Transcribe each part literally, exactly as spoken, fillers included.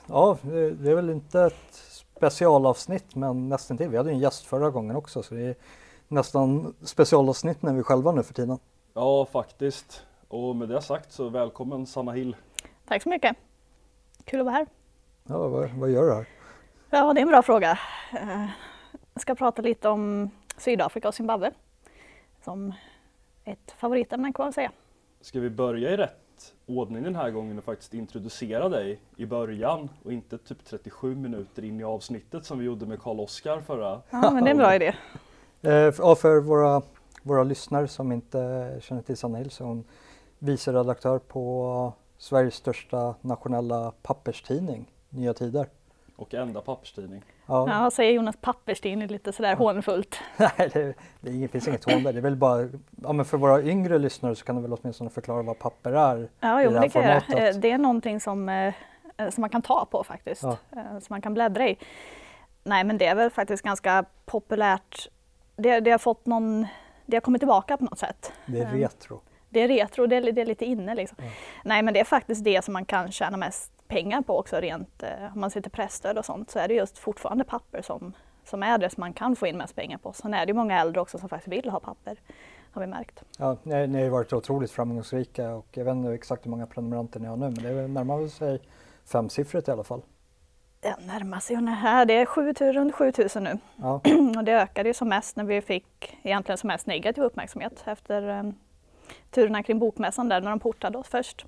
Ja, det, det är väl inte ett specialavsnitt men nästan till. Vi hade en gäst förra gången också så det är nästan specialavsnitt när vi själva nu för tiden. Ja, faktiskt. Och med det sagt så välkommen Sanna Hill. Tack så mycket. Kul att vara här. Ja, vad, vad gör du här? Ja, det är en bra fråga. Jag ska prata lite om Sydafrika och Zimbabwe som ett favoritämne kan man säga. Ska vi börja i rätt ordning den här gången och faktiskt introducera dig i början och inte typ trettiosju minuter in i avsnittet som vi gjorde med Karl-Oskar förra. Ja, men det är en bra idé. Ja, för våra, våra lyssnare som inte känner till Sanna Hill så är hon vice redaktör på Sveriges största nationella papperstidning, Nya Tider. Och enda papperstidning. Ja, ja säger Jonas papperstidning lite sådär ja. hånfullt. Nej, det, det, det finns inget hån där. Det är väl bara, ja, men för våra yngre lyssnare så kan du väl åtminstone förklara vad papper är. Ja, jo, det, det kan jag göra. Det är någonting som, eh, som man kan ta på faktiskt, ja. eh, som man kan bläddra i. Nej, men det är väl faktiskt ganska populärt. Det, det har fått någon, det har kommit tillbaka på något sätt. Det är retro. Det är retro, det är, det är lite inne liksom. Ja. Nej, men det är faktiskt det som man kan tjäna mest pengar på också rent, eh, om man ser till pressstöd och sånt, så är det just fortfarande papper som, som är det som man kan få in mest pengar på. Sen är det ju många äldre också som faktiskt vill ha papper, har vi märkt. Ja, ni, ni har ju varit otroligt framgångsrika och jag vet inte exakt hur många prenumeranter ni har nu, men det är närmare sig femsiffrigt i alla fall. Ja, närmar sig här. Det är sju, runt sju tusen nu. Ja. Och det ökade ju som mest när vi fick egentligen som mest negativ uppmärksamhet efter um, turerna kring bokmässan där när de portade oss först.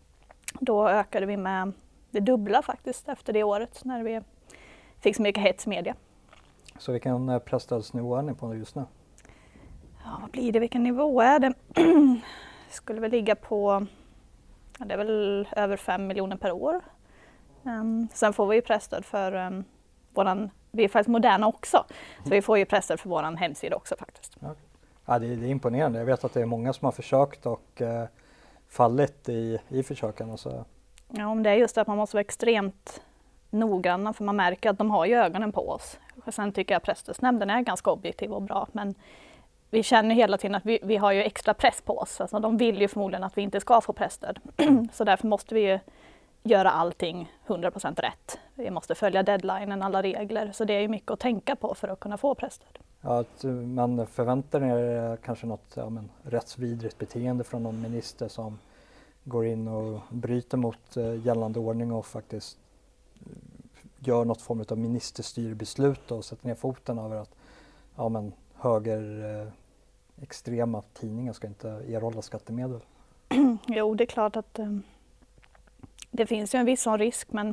Då ökade vi med det dubbla faktiskt efter det året när vi fick så mycket hets media. Så vilken presstödsnivå är ni på just nu? Ja, vad blir det? Vilken nivå är det? Skulle väl ligga på, ja, det är väl över fem miljoner per år. Um, sen får vi ju pressstöd för um, våran, vi är faktiskt moderna också, så vi får ju pressstöd för våran hemsida också faktiskt. Ja. Ja, det, det är imponerande. Jag vet att det är många som har försökt och uh, fallit i, i försöken. Och så. Ja, om det är just det att man måste vara extremt noggranna för man märker att de har ju ögonen på oss. Och sen tycker jag att presstödsnämnden är ganska objektiv och bra, men vi känner hela tiden att vi, vi har ju extra press på oss. Alltså, de vill ju förmodligen att vi inte ska få pressstöd. Så därför måste vi ju göra allting hundra procent rätt. Vi måste följa deadlinen, alla regler. Så det är ju mycket att tänka på för att kunna få pressstöd. Ja, att man förväntar er kanske något ja, men, rättsvidrigt beteende från någon minister som går in och bryter mot uh, gällande ordning och faktiskt uh, gör något form av ministerstyrbeslut och sätter ner foten över att ja, men, höger uh, extrema tidningar ska inte erhålla skattemedel. Jo, det är klart att um, det finns ju en viss sån risk, men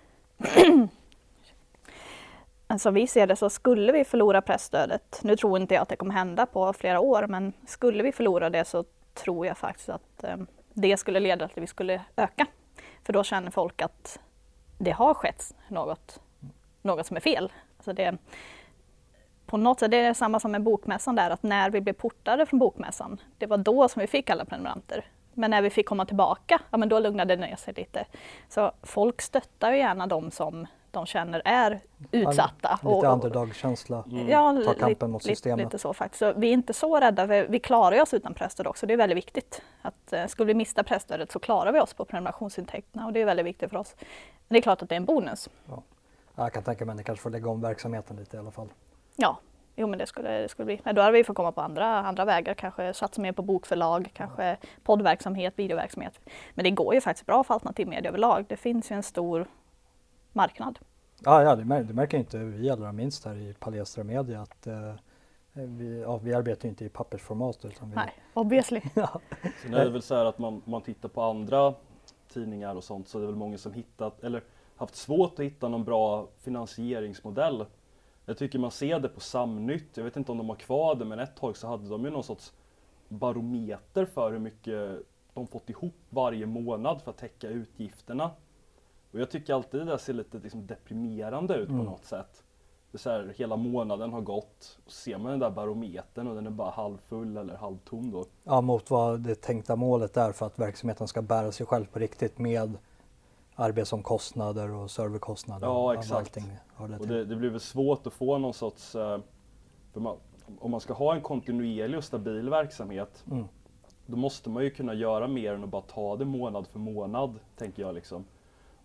alltså vi ser det så skulle vi förlora pressstödet, nu tror inte jag att det kommer hända på flera år, men skulle vi förlora det så tror jag faktiskt att um, det skulle leda till att vi skulle öka. För då känner folk att det har skett något, något som är fel. Alltså det, på något sätt, det är samma som med bokmässan där, att när vi blev portade från bokmässan, det var då som vi fick alla prenumeranter. Men när vi fick komma tillbaka, ja, men då lugnade det ner sig lite. Så folk stöttar ju gärna de som de känner är utsatta. Lite och, underdog-känsla, mm. ja, ta kampen mot systemet. Lite, lite så faktiskt. Så vi är inte så rädda, för vi klarar oss utan pressstöd också. Det är väldigt viktigt. Att, eh, skulle vi mista pressstödet så klarar vi oss på prenumerationsintäkterna och det är väldigt viktigt för oss. Men det är klart att det är en bonus. Ja. Jag kan tänka mig att ni kanske får lägga om verksamheten lite i alla fall. Ja, jo, men det skulle, det skulle bli. Men då hade vi fått komma på andra, andra vägar, kanske satsa mer på bokförlag, kanske poddverksamhet, videoverksamhet. Men det går ju faktiskt bra för alternativ media överlag. Det finns ju en stor marknad. Ja, ja det, mär, det märker inte vi allra minst här i Palestra Media att eh, vi, ja, vi arbetar inte i pappersformat. Utan vi... Nej, obviously. Ja. Sen är det väl så här att man, man tittar på andra tidningar och sånt, så är det väl många som hittat eller haft svårt att hitta någon bra finansieringsmodell. Jag tycker man ser det på Samnytt, jag vet inte om de har kvar det, men ett tag så hade de ju någon sorts barometer för hur mycket de fått ihop varje månad för att täcka utgifterna. Och jag tycker alltid det där ser lite liksom deprimerande ut mm. på något sätt. Det är så här, hela månaden har gått och ser man den där barometern och den är bara halvfull eller halvtom då. Ja, mot vad det tänkta målet är för att verksamheten ska bära sig själv på riktigt med arbetsomkostnader och serverkostnader. Ja, exakt. Allting har det, och det, det blir väl svårt att få någon sorts, för man, om man ska ha en kontinuerlig och stabil verksamhet, mm. då måste man ju kunna göra mer än att bara ta det månad för månad, tänker jag liksom.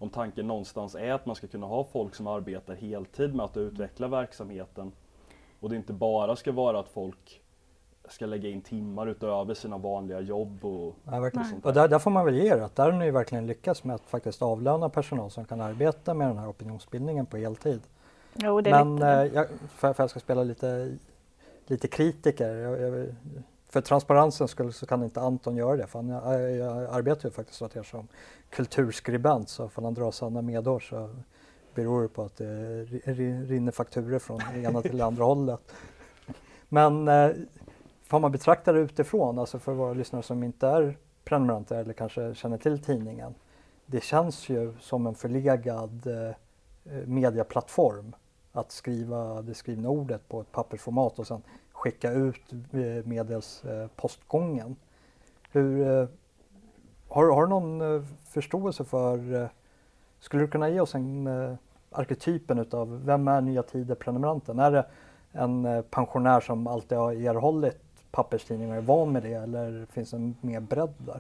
om tanken någonstans är att man ska kunna ha folk som arbetar heltid med att utveckla verksamheten. Och det inte bara ska vara att folk ska lägga in timmar utöver sina vanliga jobb och, ja, verkligen. och sånt där. Och där, där får man väl ge det, att där har ni verkligen lyckats med att faktiskt avlöna personal som kan arbeta med den här opinionsbildningen på heltid. Jo, det är Men lite... eh, jag, för, för jag ska spela lite, lite kritiker, jag, jag, för transparensen skulle så kan inte Anton göra det, för han, jag, jag arbetar ju faktiskt åt er som kulturskribent, så för han drar sanna medår så beror det på att det rinner fakturer från ena till det andra hållet. Men eh, får man betrakta det utifrån, alltså för våra lyssnare som inte är prenumeranter eller kanske känner till tidningen, det känns ju som en förlegad eh, mediaplattform att skriva det skrivna ordet på ett pappersformat och sen skicka ut eh, medels eh, postgången. Hur, eh, har, har du någon eh, förståelse för, eh, skulle du kunna ge oss en eh, arketypen utav vem är Nya Tider-prenumeranten? Är det en eh, pensionär som alltid har erhållit papperstidningar och är van med det, eller finns det en mer bredd där?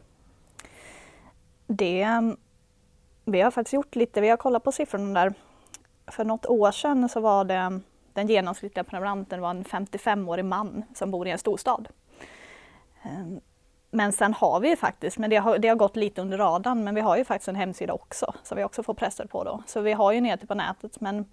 Det, vi har faktiskt gjort lite, vi har kollat på siffrorna där. För något år sedan så var det, den genomsnittliga prenumeranten var en femtiofemårig man som bor i en storstad. Men sen har vi ju faktiskt, men det har, det har gått lite under radarn, men vi har ju faktiskt en hemsida också som vi också får pressar på då. Så vi har ju ner till på nätet, men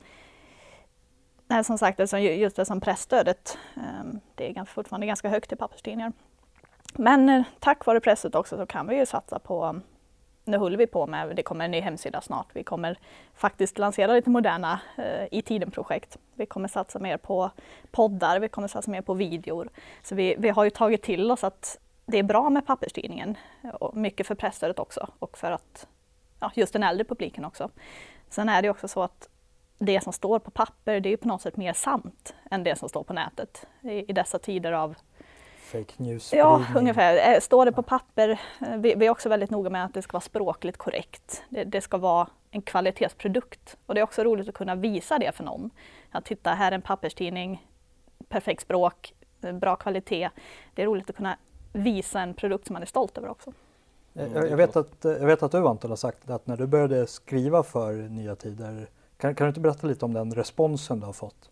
nej, som sagt, alltså just det som pressstödet, det är fortfarande ganska högt i papperstidningar. Men tack vare presset också så kan vi ju satsa på, nu håller vi på med, det kommer en ny hemsida snart, vi kommer faktiskt lansera lite moderna eh, i tiden-projekt. Vi kommer satsa mer på poddar, vi kommer satsa mer på videor. Så vi, vi har ju tagit till oss att det är bra med papperstidningen, och mycket för pressstödet också och för att, ja, just den äldre publiken också. Sen är det också så att det som står på papper, det är ju på något sätt mer sant än det som står på nätet i, i dessa tider av fake news. Ja, ungefär. Står det på papper, vi, vi är också väldigt noga med att det ska vara språkligt korrekt. Det, det ska vara en kvalitetsprodukt. Och det är också roligt att kunna visa det för någon. Att titta, här är en papperstidning, perfekt språk, bra kvalitet. Det är roligt att kunna visa en produkt som man är stolt över också. Jag, jag, vet, att, jag vet att du, Anton, har sagt att när du började skriva för Nya Tider, kan, kan du inte berätta lite om den responsen du har fått?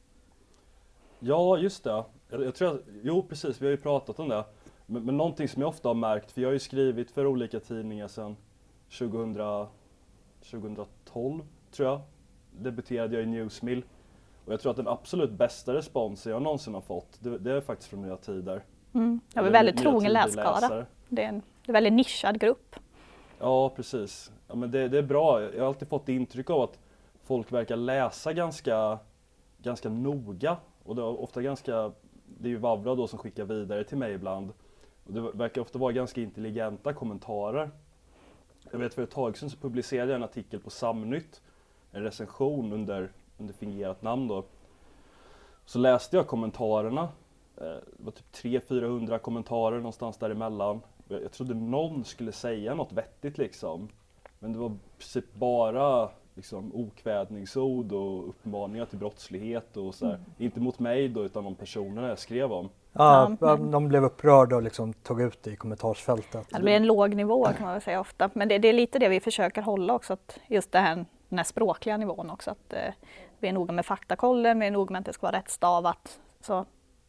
Ja, just det. Jag, jag tror att, jo, precis, vi har ju pratat om det. Men, men någonting som jag ofta har märkt, för jag har ju skrivit för olika tidningar sedan tjugohundra, tjugotolv, tror jag. Debuterade jag i Newsmill. Och jag tror att den absolut bästa responsen jag någonsin har fått, det, det är faktiskt från Nya Tider. Mm. Jag är väldigt trogen lässkara. Det är en, det är en väldigt nischad grupp. Ja, precis. Ja, men det, det är bra. Jag har alltid fått intryck av att folk verkar läsa ganska, ganska noga. Och det är ofta ganska, det är ju Vavra då som skickar vidare till mig ibland. Och det verkar ofta vara ganska intelligenta kommentarer. Jag vet för ett tag sedan så publicerade jag en artikel på Samnytt, en recension under, under fingerat namn då. Så läste jag kommentarerna, det var typ tre till fyrahundra kommentarer någonstans däremellan. Jag trodde någon skulle säga något vettigt liksom. Men det var precis bara liksom okvädningsord och uppmaningar till brottslighet och så här. Mm. Inte mot mig då, utan de personerna jag skrev om. Ja, ja, de blev upprörda och liksom tog ut det i kommentarsfältet. Det blir en låg nivå kan man väl säga ofta. Men det, det är lite det vi försöker hålla också, att just det här, den här språkliga nivån också. Att eh, vi är noga med faktakollen, vi är noga med att det ska vara rättstavat. Så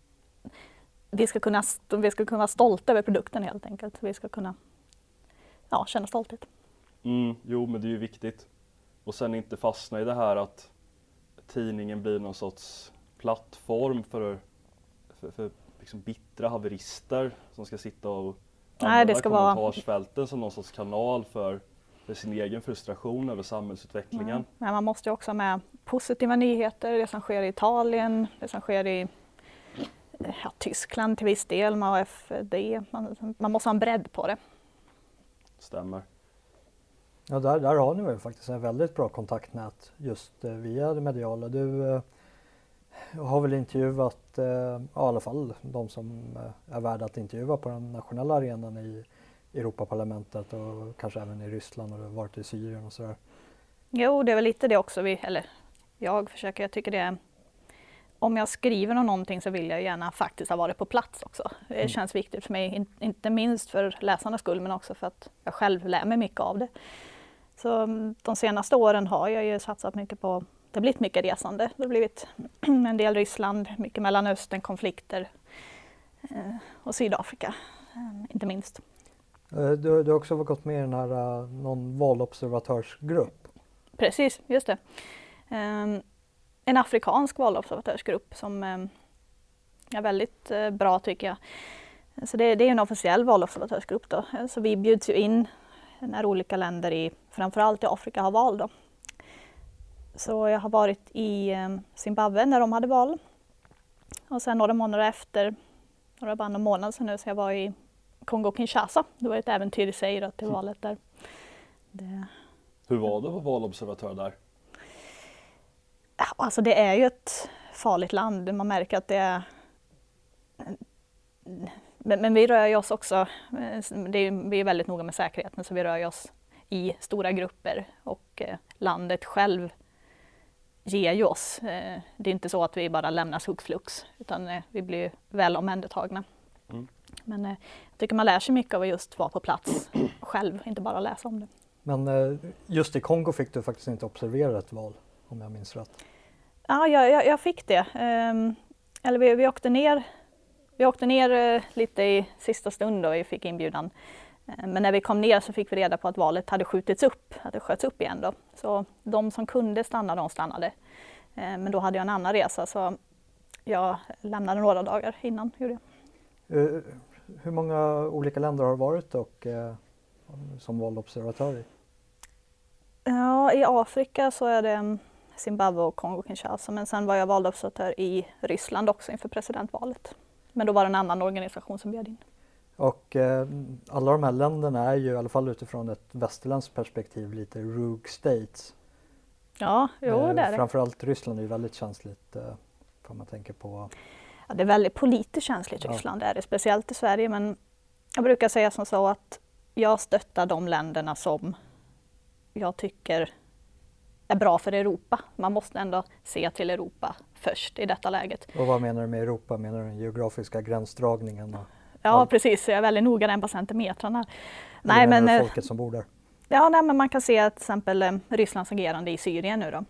vi ska kunna, vi ska kunna vara stolta över produkten helt enkelt. Vi ska kunna, ja, känna stolthet. Mm, jo, men det är ju viktigt. Och sen inte fastna i det här att tidningen blir någon sorts plattform för, för, för liksom bittra haverister som ska sitta och Nej, det ska kommentarsfälten vara som någon sorts kanal för, för sin egen frustration över samhällsutvecklingen. Mm. Men man måste ju också ha med positiva nyheter, det som sker i Italien, det som sker i ja, Tyskland till viss del, med A F D. Man, man måste ha en bredd på det. Stämmer. Ja, där, där har ni väl faktiskt en väldigt bra kontaktnät just eh, via det mediala. Du eh, har väl intervjuat eh, i alla fall de som eh, är värda att intervjua på den nationella arenan i Europaparlamentet och kanske även i Ryssland och du har varit i Syrien och sådär. Jo, det är väl lite det också. Vi, eller jag försöker, jag tycker det är, om jag skriver om någonting så vill jag gärna faktiskt ha varit på plats också. Det mm. känns viktigt för mig, in, inte minst för läsarnas skull men också för att jag själv lär mig mycket av det. Så de senaste åren har jag ju satsat mycket på, det har blivit mycket resande. Det har blivit en del Ryssland, mycket Mellanöstern, konflikter eh, och Sydafrika eh, inte minst. Du, du har också gått med i den här någon valobservatörsgrupp. Precis, just det. Um, en afrikansk valobservatörsgrupp som um, är väldigt uh, bra tycker jag. Så det, det är en officiell valobservatörsgrupp då. Så vi bjuds ju in när olika länder i, framförallt i Afrika har val då. Så jag har varit i um, Zimbabwe när de hade val. Och sen några månader efter, några bara några månader sedan nu, så jag var i Kongo-Kinshasa. Det var ett äventyr i sig då, till valet där. Det... Hur var det att vara valobservatör där? Alltså det är ju ett farligt land. Man märker att det är... Men, men vi rör ju oss också, det är, vi är väldigt noga med säkerheten, så vi rör oss i stora grupper och eh, landet själv ger ju oss. Eh, det är inte så att vi bara lämnas hux flux, utan eh, vi blir väl omhändertagna. Mm. Men eh, jag tycker man lär sig mycket av att just vara på plats själv, inte bara läsa om det. Men eh, just i Kongo fick du faktiskt inte observera ett val, om jag minns rätt. Ja, jag, jag, jag fick det. Um, eller vi, vi åkte ner, vi åkte ner uh, lite i sista stund och vi fick inbjudan. Uh, men när vi kom ner så fick vi reda på att valet hade skjutits upp, att det sköts upp igen då. Så de som kunde stanna, de stannade. Uh, men då hade jag en annan resa, så jag lämnade några dagar innan. Gjorde jag. Uh, hur många olika länder har du varit och uh, som valobservatör i? Ja, i Afrika så är det Zimbabwe och Kongo-Kinshasa, men sen var jag valobservatör i Ryssland också inför presidentvalet. Men då var det en annan organisation som bjöd in. Och eh, alla de här länderna är ju i alla fall utifrån ett västerländskt perspektiv lite rogue states. Ja, jo eh, det är det. Framförallt Ryssland är ju väldigt känsligt, eh, om man tänker på... Ja, det är väldigt politiskt känsligt, Ryssland, ja. Är det, speciellt i Sverige, men jag brukar säga som så att jag stöttar de länderna som jag tycker är bra för Europa. Man måste ändå se till Europa först i detta läget. Och vad menar du med Europa? Menar du den geografiska gränsdragningen? Och ja, allt? Precis. Jag är väldigt noga där på centimetrarna. Nej, men du folket som bor där? Ja, nej, men man kan se till exempel eh, Rysslands agerande i Syrien nu då.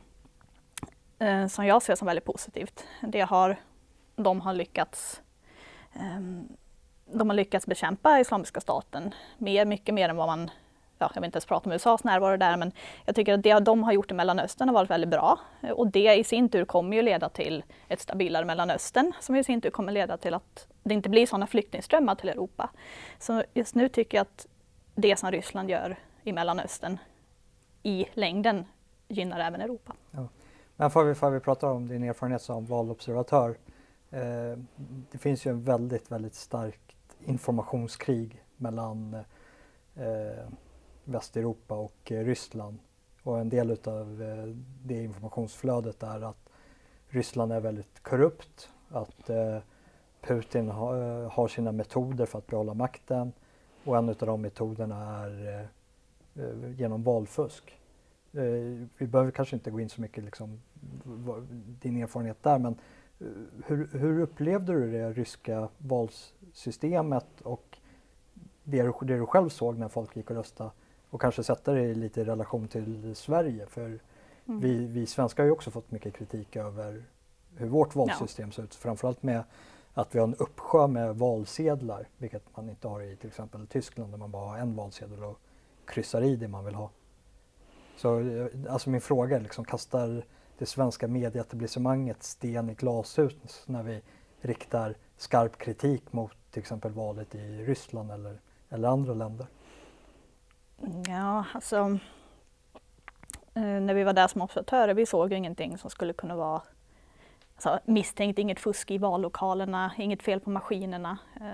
Eh, som jag ser som väldigt positivt. Det har, de har lyckats eh, de har lyckats bekämpa Islamiska staten mer, mycket mer än vad man, ja, jag vill inte ens prata om U S A:s närvaro där, men jag tycker att det de har gjort i Mellanöstern har varit väldigt bra. Och det i sin tur kommer ju leda till ett stabilare Mellanöstern, som i sin tur kommer leda till att det inte blir sådana flyktingströmmar till Europa. Så just nu tycker jag att det som Ryssland gör i Mellanöstern i längden gynnar även Europa. Ja. Men får vi, får vi prata om din erfarenhet som valobservatör. Eh, det finns ju en väldigt, väldigt starkt informationskrig mellan eh, Västeuropa och eh, Ryssland. Och en del av eh, det informationsflödet är att Ryssland är väldigt korrupt, att eh, Putin ha, eh, har sina metoder för att behålla makten, och en av de metoderna är eh, genom valfusk. Eh, vi behöver kanske inte gå in så mycket liksom, v- din erfarenhet där, men eh, hur, hur upplevde du det ryska valsystemet och det du, det du själv såg när folk gick och röstade, och kanske sätta det lite i relation till Sverige? För mm. vi, vi svenskar har ju också fått mycket kritik över hur vårt valsystem ja. ser ut, framförallt med att vi har en uppsjö med valsedlar, vilket man inte har i till exempel Tyskland, där man bara har en valsedel och kryssar i det man vill ha. Så alltså min fråga är liksom, kastar det svenska medieetablissemanget sten i glashus när vi riktar skarp kritik mot till exempel valet i Ryssland eller, eller andra länder? Ja, alltså när vi var där som observatörer, vi såg ju ingenting som skulle kunna vara alltså, misstänkt, inget fusk i vallokalerna, inget fel på maskinerna.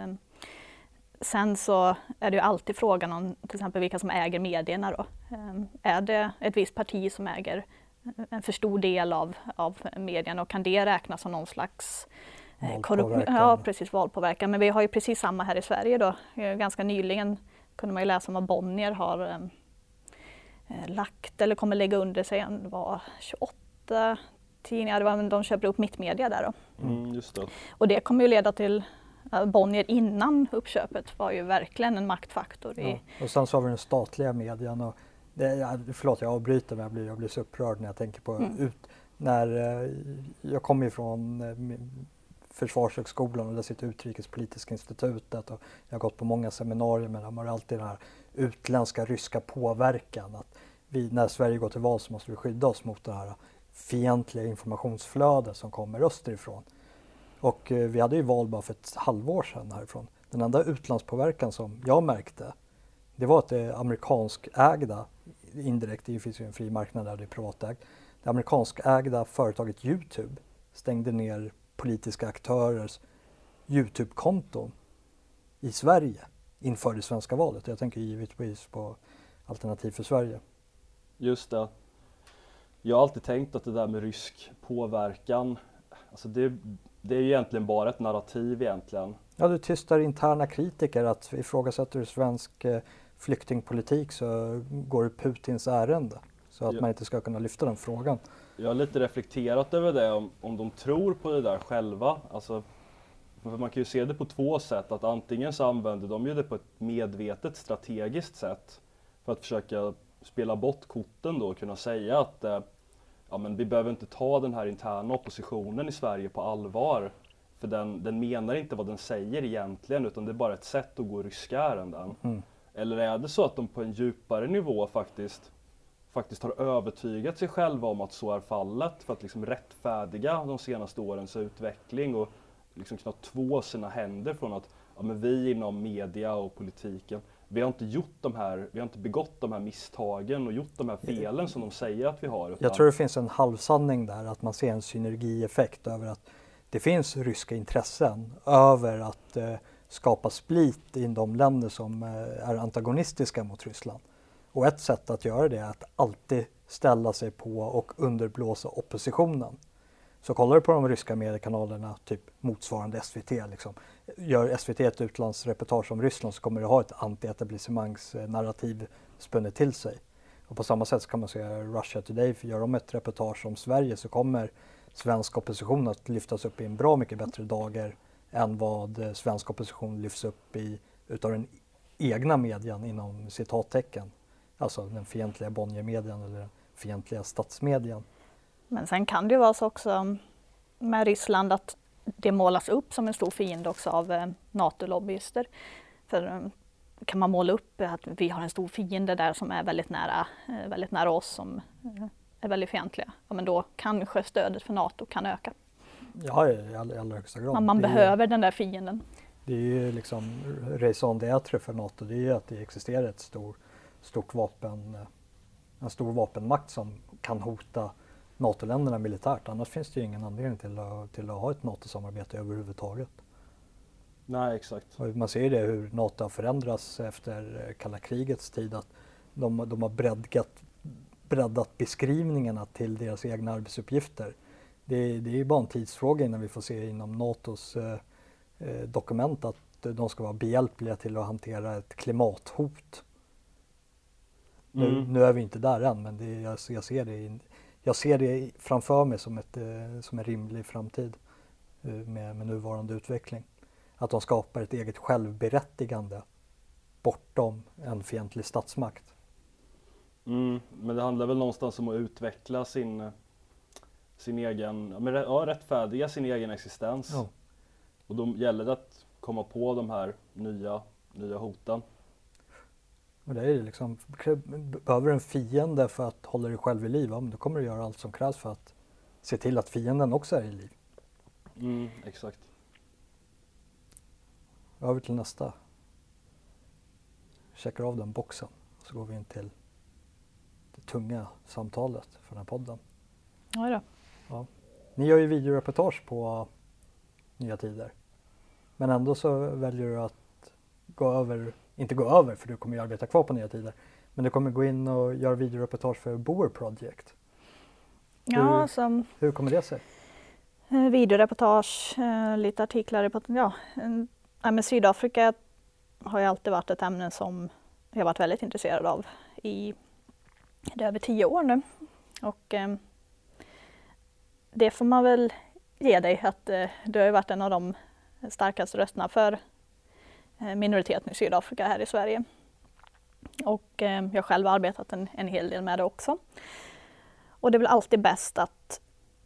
Sen så är det ju alltid frågan om till exempel vilka som äger medierna då. Är det ett visst parti som äger en för stor del av, av medierna, och kan det räknas som någon slags korrupt, ja, precis, valpåverkan? Men vi har ju precis samma här i Sverige då. Ganska nyligen kunde man ju läsa om att Bonnier har eh, lagt eller kommer lägga under sig en, var tjugoåtta tidningar, det var, de köper upp Mittmedia där då. Mm, just det. Och det kommer ju leda till Bonnier innan uppköpet var ju verkligen en maktfaktor. I... Ja. Och sen så har vi den statliga medien, och det, förlåt jag avbryter men jag blir, jag blir så upprörd när jag tänker på Mm. ut, när jag kommer ifrån Försvarshögskolan och där sitter Utrikespolitiska institutet och jag har gått på många seminarier med dem och alltid den här utländska ryska påverkan att vi, när Sverige går till val så måste vi skydda oss mot det här fientliga informationsflödet som kommer österifrån. Och eh, vi hade ju val bara för ett halvår sedan härifrån. Den enda utlandspåverkan som jag märkte det var att det amerikanskägda, indirekt, det finns ju en fri marknad där det är privatägt, det amerikanskägda företaget YouTube stängde ner politiska aktörers YouTube-konton i Sverige inför det svenska valet. Jag tänker givetvis på Alternativ för Sverige. Just det. Jag har alltid tänkt att det där med rysk påverkan, alltså det, det är ju egentligen bara ett narrativ egentligen. Ja, du tystar interna kritiker att ifrågasätter du svensk eh, flyktingpolitik så går det Putins ärende. Så att Ja. man inte ska kunna lyfta den frågan. Jag har lite reflekterat över det, om, om de tror på det där själva. Alltså, för man kan ju se det på två sätt. Att antingen så använder de ju det på ett medvetet strategiskt sätt för att försöka spela bort korten då och kunna säga att eh, ja, men vi behöver inte ta den här interna oppositionen i Sverige på allvar. För den, den menar inte vad den säger egentligen, utan det är bara ett sätt att gå ryska ärenden. Mm. Eller är det så att de på en djupare nivå faktiskt faktiskt har övertygat sig själva om att så är fallet för att liksom rättfärdiga de senaste årens utveckling och liksom kunna två sina händer från att ja, men vi inom media och politiken, vi har inte gjort de här, vi har inte begått de här misstagen och gjort de här felen som de säger att vi har. Utan Jag tror det finns en halvsanning där, att man ser en synergieffekt över att det finns ryska intressen över att eh, skapa split i de länder som eh, är antagonistiska mot Ryssland. Och ett sätt att göra det är att alltid ställa sig på och underblåsa oppositionen. Så kollar du på de ryska mediekanalerna, typ motsvarande S V T, liksom. Gör S V T ett utlandsreportage om Ryssland så kommer det ha ett anti-etablissemangsnarrativ spunnet till sig. Och på samma sätt så kan man säga Russia Today, för gör de ett reportage om Sverige så kommer svensk opposition att lyftas upp i en bra mycket bättre dagar än vad svensk opposition lyfts upp i utav den egna medien inom citattecken. Alltså den fientliga Bonniermedien eller den fientliga statsmedien. Men sen kan det ju vara så också med Ryssland att det målas upp som en stor fiende också av eh, NATO-lobbyister. För eh, kan man måla upp att vi har en stor fiende där som är väldigt nära, eh, väldigt nära oss, som eh, är väldigt fientliga, ja, men då kanske stödet för NATO kan öka. Ja, i allra, allra högsta grad. Man, man det behöver är, den där fienden. Det är ju liksom raison d'être för NATO, det är ju att det existerar ett stor, stort vapen, en stor vapenmakt som kan hota NATO-länderna militärt. Annars finns det ju ingen anledning till att, till att ha ett NATO-samarbete överhuvudtaget. Nej, exakt. Och man ser det hur NATO har förändrats efter kalla krigets tid, att de, de har breddat, breddat beskrivningarna till deras egna arbetsuppgifter. Det, det är ju bara en tidsfråga innan vi får se inom NATOs eh, dokument att de ska vara behjälpliga till att hantera ett klimathot. Mm. Nu, nu är vi inte där än, men det, jag, jag, ser det i, jag ser det framför mig som, ett, eh, som en rimlig framtid eh, med, med nuvarande utveckling. Att de skapar ett eget självberättigande bortom en fientlig statsmakt. Mm, men det handlar väl någonstans om att utveckla sin, sin egen, men, ja, rättfärdiga sin egen existens. Ja. Och då gäller det att komma på de här nya, nya hoten. Och det är ju liksom, behöver en fiende för att hålla dig själv i liv, ja, men då kommer du göra allt som krävs för att se till att fienden också är i liv. Mm, exakt. Över till nästa. Checkar av den boxen. Så går vi in till det tunga samtalet för den här podden. Ja, då. Ja. Ni gör ju videoreportage på Nya Tider. Men ändå så väljer du att gå över, inte gå över för du kommer ju arbeta kvar på Nya Tider. Men du kommer gå in och göra videoreportage för Boer Project. Ja, hur, alltså, hur kommer det sig? videoreportage, lite artiklar. Ja, men Sydafrika har ju alltid varit ett ämne som jag har varit väldigt intresserad av i det är över tio år nu. Och eh, det får man väl ge dig, att eh, du har ju varit en av de starkaste rösterna för eh, minoriteten i Sydafrika här i Sverige. Och eh, jag själv har arbetat en, en hel del med det också. Och det är väl alltid bäst att,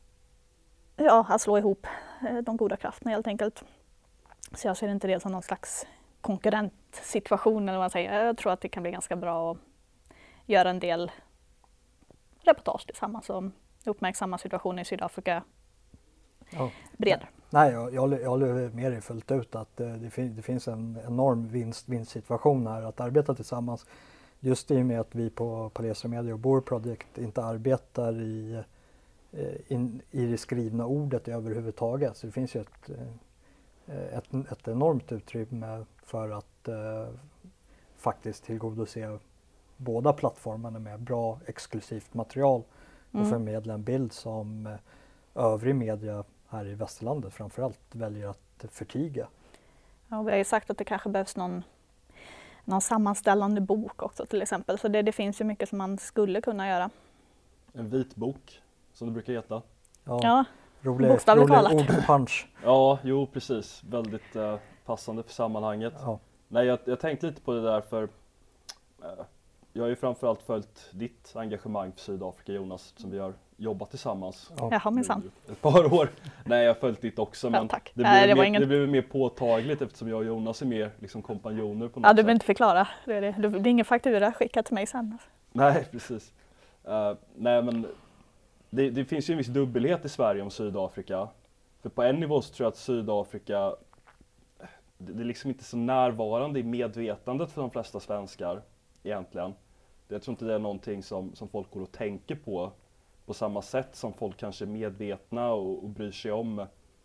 ja, att slå ihop eh, de goda krafterna helt enkelt. Så jag ser inte det som någon slags konkurrentsituation eller vad man säger. Jag tror att det kan bli ganska bra att göra en del reportage tillsammans och uppmärksamma situationen i Sydafrika ja. bredare. Nej, jag, jag, jag håller med dig fullt ut att det, det, fin, det finns en enorm vinst, vinstsituation här att arbeta tillsammans. Just i och med att vi på Palestra Media och Bore Project inte arbetar i, in, i det skrivna ordet överhuvudtaget. Så det finns ju ett, ett, ett enormt utrymme för att eh, faktiskt tillgodose båda plattformarna med bra exklusivt material och Mm. förmedla en bild som eh, övrig media här i västerlandet framförallt väljer att förtiga. Ja, vi har ju sagt att det kanske behövs någon, någon sammanställande bok också till exempel. Så det, det finns ju mycket som man skulle kunna göra. En vit bok, som det brukar heta. Ja, Ja, rolig, bokstavligt rolig talat. ordpunch. Ja, jo precis. Väldigt eh, passande för sammanhanget. Ja. Nej, jag, jag tänkte lite på det där för eh, jag har ju framförallt följt ditt engagemang för Sydafrika, Jonas, som vi har jobbat tillsammans. Ja. Jaha, minsann. Ett par år. Nej, jag har följt ditt också, men Ja, tack. det, Nej, blev det var mer, ingen- det blev mer påtagligt eftersom jag och Jonas är mer liksom kompanjoner på något Ja, du sätt. behöver inte förklara. Det är, det. Du- det är ingen faktura skickat till mig sen. Nej, precis. Uh, nej, men det, det finns ju en viss dubbelhet i Sverige om Sydafrika. För på en nivå så tror jag att Sydafrika, det, det är liksom inte så närvarande i medvetandet för de flesta svenskar egentligen. Jag tror inte det är någonting som, som folk går och tänker på på samma sätt som folk kanske är medvetna och, och bryr sig om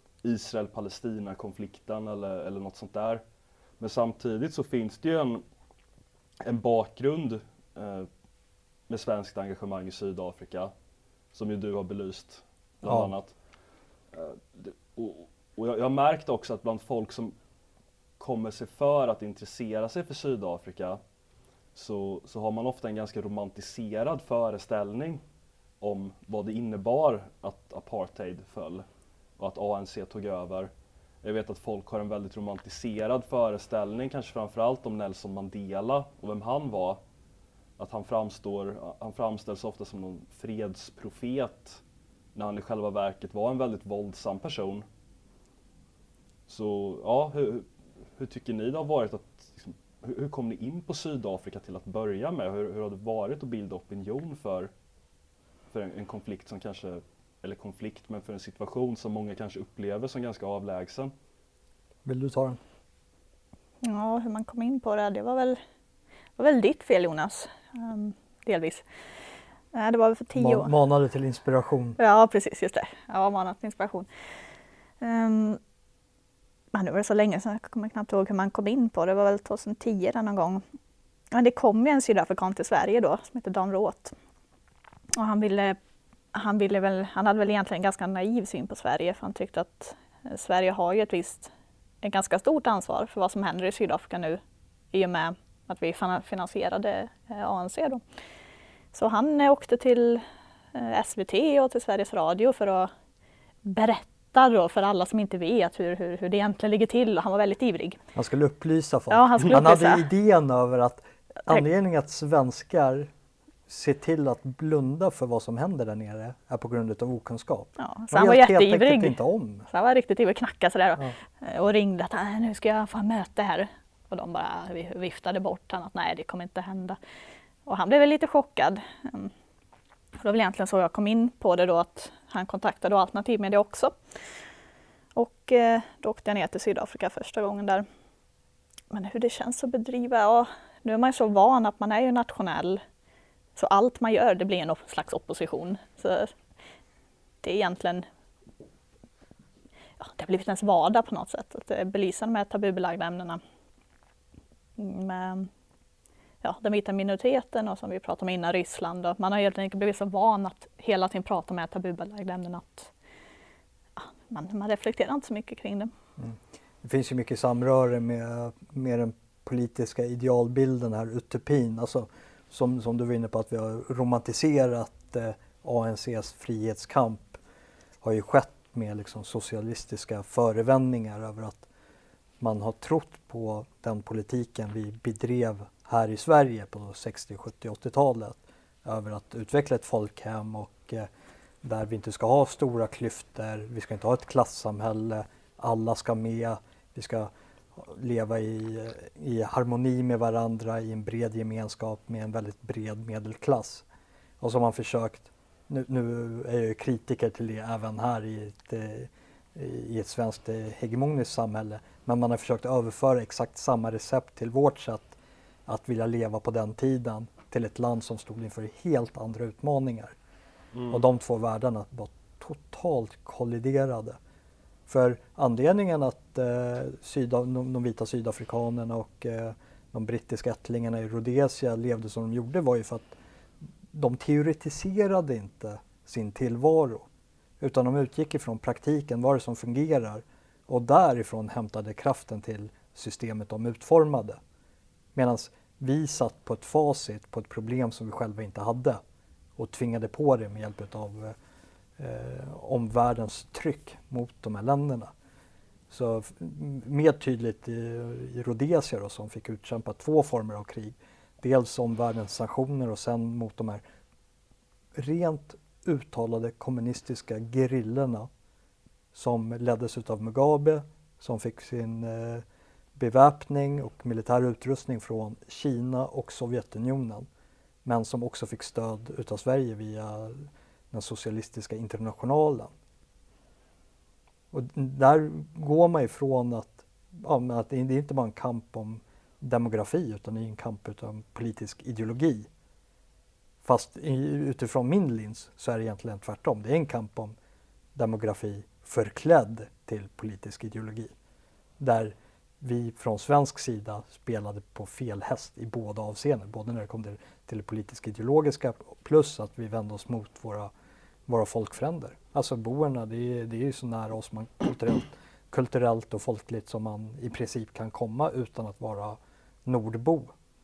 Israel-Palestina-konflikten eller, eller något sånt där. Men samtidigt så finns det ju en, en bakgrund eh, med svenskt engagemang i Sydafrika som ju du har belyst bland Ja. annat. Eh, det, och och jag, jag har märkt också att bland folk som kommer sig för att intressera sig för Sydafrika så, så har man ofta en ganska romantiserad föreställning om vad det innebar att apartheid föll och att A N C tog över. Jag vet att folk har en väldigt romantiserad föreställning, kanske framförallt om Nelson Mandela och vem han var. Att han, framstår, han framställs ofta som någon fredsprofet när han i själva verket var en väldigt våldsam person. Så ja, hur, hur tycker ni det har varit att, liksom, hur, hur kom ni in på Sydafrika till att börja med? Hur, hur har det varit att bilda opinion för, för en, en konflikt som kanske, eller konflikt, men för en situation som många kanske upplever som ganska avlägsen? Vill du ta den? Ja, hur man kom in på det, det var väl, var väl ditt fel Jonas, um, delvis. Nej, det var väl för tio år. Ma- manade till inspiration. Ja, precis, just det. Ja, manat till inspiration. Um, men det var så länge sedan, jag kommer knappt ihåg hur man kom in på det. Det var väl tjugohundratio där någon gång. Men det kom ju en sydafrikan till Sverige då, som heter Dan Roth. Och han ville, han ville väl, han hade väl egentligen en ganska naiv syn på Sverige, för han tyckte att eh, Sverige har ju ett visst, ett ganska stort ansvar för vad som händer i Sydafrika nu, i och med att vi fan- finansierade eh, A N C då. Så han eh, åkte till eh, S V T och till Sveriges Radio för att berätta då för alla som inte vet hur, hur, hur det egentligen ligger till. Han var väldigt ivrig. Han skulle upplysa folk. Ja, han skulle upplysa. hade idén över att anledningen att svenskar ser till att blunda för vad som händer där nere är på grund av okunskap. Ja, Man så han var vet helt enkelt jätteivrig. inte om. Så han var riktigt ivrig, knackade sådär Ja. och, och ringde att "Nej, nu ska jag få möte här." Och de bara vi- viftade bort han att nej, det kommer inte hända. Och han blev väl lite chockad. Mm. Det var väl egentligen så jag kom in på det då, att han kontaktade Alternativ Media också. Och eh, då åkte jag ner till Sydafrika första gången där. Men hur det känns att bedriva, ja, nu är man ju så van att man är ju nationell. Så allt man gör, det blir en op- slags opposition. Så det är egentligen, ja, det har blivit ens vardag på något sätt. Att det är belysande med tabubelagda ämnena. Med ja, den vita minoriteten och som vi pratade om innan, Ryssland. Och man har helt enkelt blivit så van att hela tiden prata med tabubelagda ämnen att ja, man, man reflekterar inte så mycket kring det. Mm. Det finns ju mycket samröre med, med den politiska idealbilden här, utopin. Alltså, som, som du var inne på, att vi har romantiserat eh, A N C:s frihetskamp har ju skett med liksom, socialistiska förevändningar över att man har trott på den politiken vi bedrev här i Sverige på sextio, sjuttio, åttiotalet över att utveckla ett folkhem och eh, där vi inte ska ha stora klyftor, vi ska inte ha ett klassamhälle, alla ska med, vi ska leva i, i harmoni med varandra i en bred gemenskap med en väldigt bred medelklass. Och så har man försökt, nu, nu är jag ju kritiker till det även här i ett, i ett svenskt hegemoniskt samhälle, men man har försökt överföra exakt samma recept till vårt sätt att vilja leva på den tiden till ett land som stod inför helt andra utmaningar. Mm. Och de två världarna var totalt kolliderade. För anledningen att eh, sydav, de, de vita sydafrikanerna och eh, de brittiska ättlingarna i Rhodesia levde som de gjorde var ju för att de teoretiserade inte sin tillvaro. Utan de utgick ifrån praktiken, vad det som fungerar. Och därifrån hämtade kraften till systemet de utformade. Medan vi satt på ett facit på ett problem som vi själva inte hade. Och tvingade på det med hjälp av eh, omvärldens tryck mot de här länderna. Så mer tydligt i, i Rhodesia då, som fick utkämpa två former av krig. Dels omvärldens sanktioner och sen mot de här rent uttalade kommunistiska gerillorna som leddes av Mugabe, som fick sin eh, beväpning och militär utrustning från Kina och Sovjetunionen, men som också fick stöd utav Sverige via den socialistiska internationalen. Och där går man ifrån att, ja, att det är inte bara en kamp om demografi utan det är en kamp utan politisk ideologi. Fast utifrån min lins så är det egentligen tvärtom. Det är en kamp om demografi förklädd till politisk ideologi. Där vi från svensk sida spelade på fel häst i båda avseenden. Både när det kom till, till det politisk ideologiska plus att vi vände oss mot våra, våra folkfränder. Alltså boerna, det är, det är ju så nära oss man kulturellt, kulturellt och folkligt som man i princip kan komma utan att vara nordbo.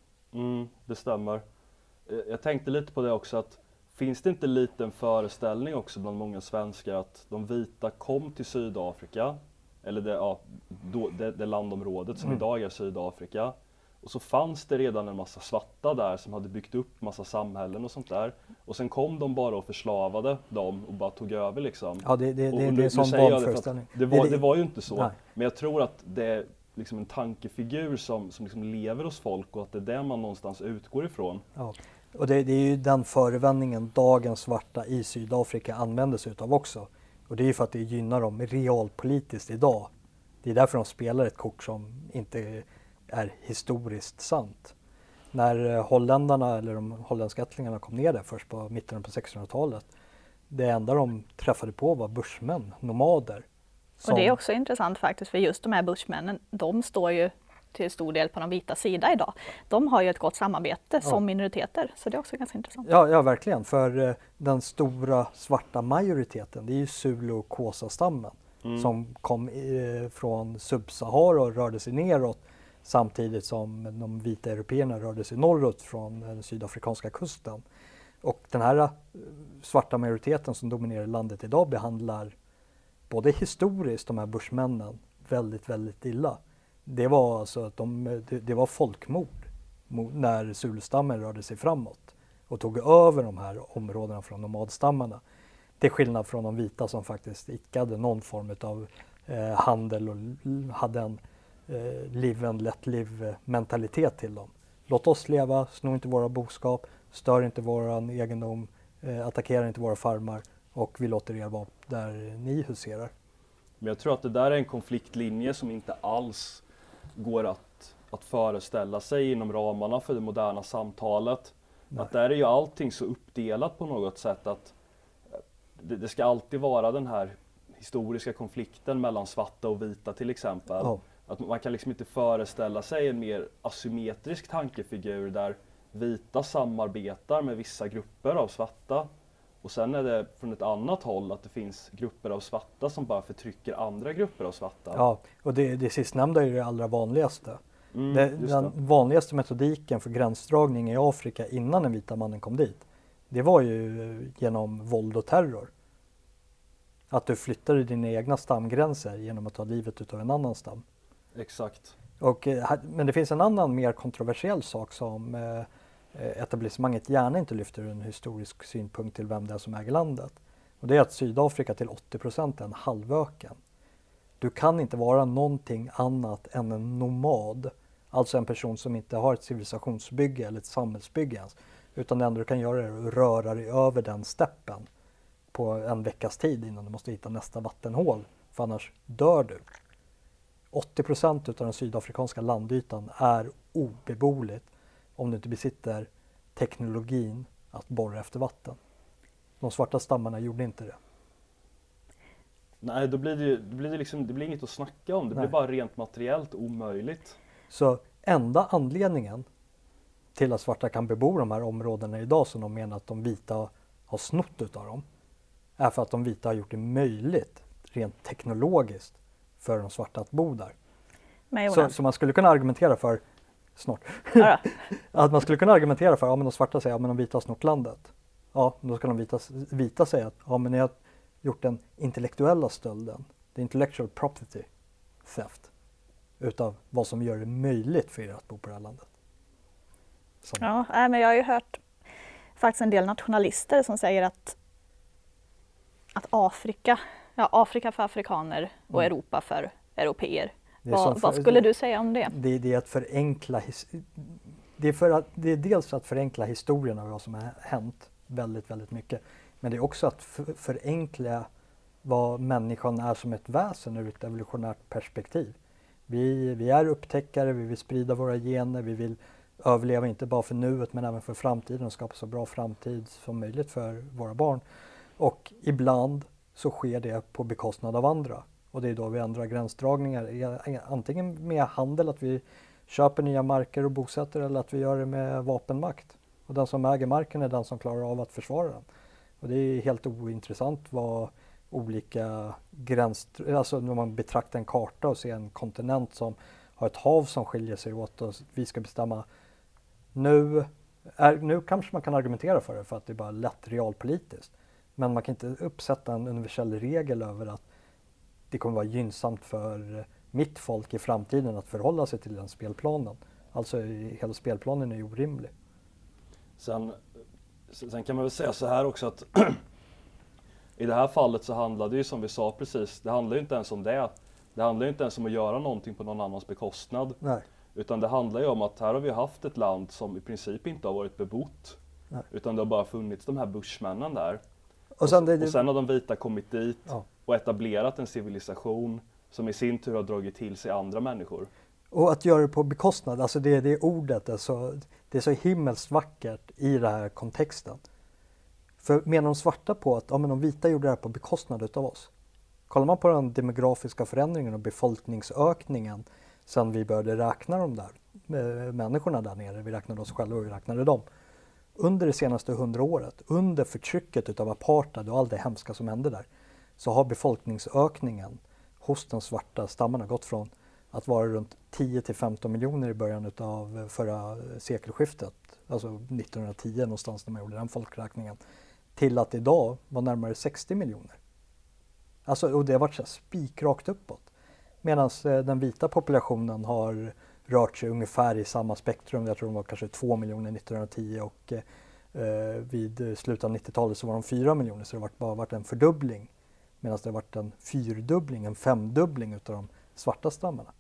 Mm, det stämmer. Jag tänkte lite på det också, att finns det inte lite en föreställning också bland många svenskar att de vita kom till Sydafrika, eller det, ja, då, det, det landområdet som mm. idag är Sydafrika, och så fanns det redan en massa svarta där som hade byggt upp massa samhällen och sånt där, och sen kom de bara och förslavade dem och bara tog över liksom. Ja, det, det, det, och, det är en sån vanföreställning. Det, det, var, det var ju inte så, nej. Men jag tror att det är liksom en tankefigur som, som liksom lever hos folk och att det är det man någonstans utgår ifrån. Ja. Och det, det är ju den förevändningen dagens svarta i Sydafrika använder sig utav också. Och det är ju för att det gynnar dem realpolitiskt idag. Det är därför de spelar ett kort som inte är historiskt sant. När holländarna eller de holländska ättlingarna kom ner där först på mitten på sextonhundratalet, det enda de träffade på var bushmän, nomader. Som... Och det är också intressant faktiskt, för just de här bushmännen, de står ju till stor del på den vita sida idag. De har ju ett gott samarbete ja. som minoriteter, så det är också ganska intressant. Ja, ja verkligen, för eh, den stora svarta majoriteten, det är ju Zulu- och Xhosa-stammen mm. som kom eh, från Sub-Sahara och rörde sig neråt samtidigt som de vita européerna rörde sig norrut från den sydafrikanska kusten. Och den här eh, svarta majoriteten som dominerar landet idag behandlar både historiskt de här bushmännen väldigt, väldigt illa. Det var alltså att de, det, det var folkmord när Zulu-stammen rörde sig framåt och tog över de här områdena från nomadstammarna. Till skillnad från de vita som faktiskt idkade någon form av eh, handel och hade en eh, live and let live mentalitet till dem. Låt oss leva, sno inte våra boskap, stör inte våran egendom, eh, attackera inte våra farmar och vi låter er vara där ni huserar. Men jag tror att det där är en konfliktlinje som inte alls går att, att föreställa sig inom ramarna för det moderna samtalet. Nej. Att där är ju allting så uppdelat på något sätt att det, det ska alltid vara den här historiska konflikten mellan svarta och vita till exempel. Oh. Att man kan liksom inte föreställa sig en mer asymmetrisk tankefigur där vita samarbetar med vissa grupper av svarta. Och sen är det från ett annat håll att det finns grupper av svarta som bara förtrycker andra grupper av svarta. Ja, och det, det sistnämnda är det allra vanligaste. Mm, det, den det. vanligaste metodiken för gränsdragning i Afrika innan den vita mannen kom dit, det var ju genom våld och terror. Att du flyttade dina egna stamgränser genom att ta livet utav en annan stam. Exakt. Och, men det finns en annan mer kontroversiell sak som eh, etablissemanget gärna inte lyfter ur en historisk synpunkt till vem det är som äger landet. Och det är att Sydafrika till åttio procent är en halvöken. Du kan inte vara någonting annat än en nomad. Alltså en person som inte har ett civilisationsbygge eller ett samhällsbygge ens. Utan det enda du kan göra är att röra dig över den steppen på en veckas tid innan du måste hitta nästa vattenhål. För annars dör du. åttio procent av den sydafrikanska landytan är obeboeligt om du inte besitter teknologin att borra efter vatten. De svarta stammarna gjorde inte det. Nej, då blir det, ju, då blir det, liksom, det blir inget att snacka om. Det Nej. blir bara rent materiellt omöjligt. Så enda anledningen till att svarta kan bebo de här områdena idag som de menar att de vita har snott utav dem är för att de vita har gjort det möjligt rent teknologiskt för de svarta att bo där. Men Så, så man skulle kunna argumentera för snart. Ja att man skulle kunna argumentera för att ja, men de svarta säger att ja, de vita har snott landet. Ja, då ska de vita, vita säga att ja, men ni har gjort den intellektuella stölden, the intellectual property theft, utav vad som gör det möjligt för er att bo på det här landet. Som... Ja, nej, men jag har ju hört faktiskt en del nationalister som säger att, att Afrika, ja, Afrika för afrikaner och Mm. Europa för europeer. Det är Vad, som för- vad skulle du säga om det? Det, det är att förenkla his- det, är för att, det är dels att förenkla historien av vad som har hänt väldigt, väldigt mycket. Men det är också att för, förenkla vad människan är som ett väsen ur ett evolutionärt perspektiv. Vi, vi är upptäckare, vi vill sprida våra gener, vi vill överleva inte bara för nuet men även för framtiden och skapa så bra framtid som möjligt för våra barn. Och ibland så sker det på bekostnad av andra. Och det är då vi ändrar gränsdragningar, antingen med handel, att vi köper nya marker och bosätter, eller att vi gör det med vapenmakt. Och den som äger marken är den som klarar av att försvara den. Och det är helt ointressant vad olika gräns, alltså när man betraktar en karta och ser en kontinent som har ett hav som skiljer sig åt och vi ska bestämma nu, är, nu kanske man kan argumentera för det för att det är bara lätt realpolitiskt. Men man kan inte uppsätta en universell regel över att det kommer vara gynnsamt för mitt folk i framtiden att förhålla sig till den spelplanen. Alltså hela spelplanen är ju orimlig. Sen, sen kan man väl säga så här också att i det här fallet så handlar det ju som vi sa precis, det handlar ju inte ens om det. Det handlar ju inte ens om att göra någonting på någon annans bekostnad. Nej. Utan det handlar ju om att här har vi haft ett land som i princip inte har varit bebott. Nej. Utan det har bara funnits de här bushmännen där. Och sen, det, Och sen har de vita kommit dit Ja. och etablerat en civilisation som i sin tur har dragit till sig andra människor. Och att göra det på bekostnad, alltså det, det ordet är så, det är så himmelskt vackert i den här kontexten. För menar de svarta på att ja, men de vita gjorde det här på bekostnad utav oss? Kollar man på den demografiska förändringen och befolkningsökningen sen vi började räkna de där äh, människorna där nere, vi räknade oss själva och vi räknade dem. Under det senaste hundra året, under förtrycket utav apartheid och allt det hemska som hände där, så har befolkningsökningen hos de svarta stammarna gått från att vara runt tio till femton miljoner i början av förra sekelskiftet, alltså nittonhundratio någonstans när man gjorde den folkräkningen, till att idag var närmare sextio miljoner. Alltså, och det har varit så spikrakt uppåt. Medan den vita populationen har rört sig ungefär i samma spektrum. Jag tror de var kanske två miljoner nittonhundratio och eh, vid slutet av nittiotalet så var de fyra miljoner, så det har bara varit en fördubbling. Medan det har varit en fyrdubbling, en femdubbling utav de svarta stammarna.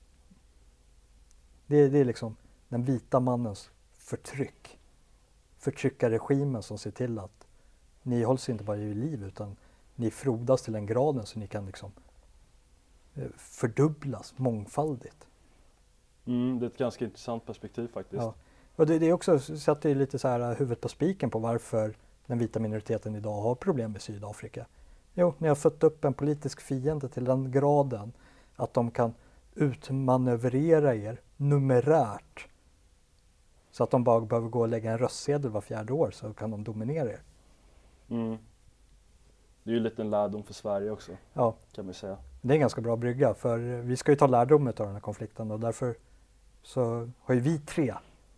Det, det är liksom den vita mannens förtryck. Förtryckarregimen som ser till att ni hålls inte bara i liv utan ni frodas till den graden så ni kan liksom fördubblas mångfaldigt. Mm, det är ett ganska intressant perspektiv faktiskt. Ja. Och det, det är också sätter lite så här huvudet på spiken på varför den vita minoriteten idag har problem med Sydafrika. Jo, ni har fått upp en politisk fiende till den graden att de kan utmanövrera er numerärt. Så att de bara behöver gå och lägga en röstsedel var fjärde år så kan de dominera er. Mm. Det är ju lite en lärdom för Sverige också, Ja. kan man säga. Det är en ganska bra brygga för vi ska ju ta lärdom av den här konflikten och därför så har ju vi tre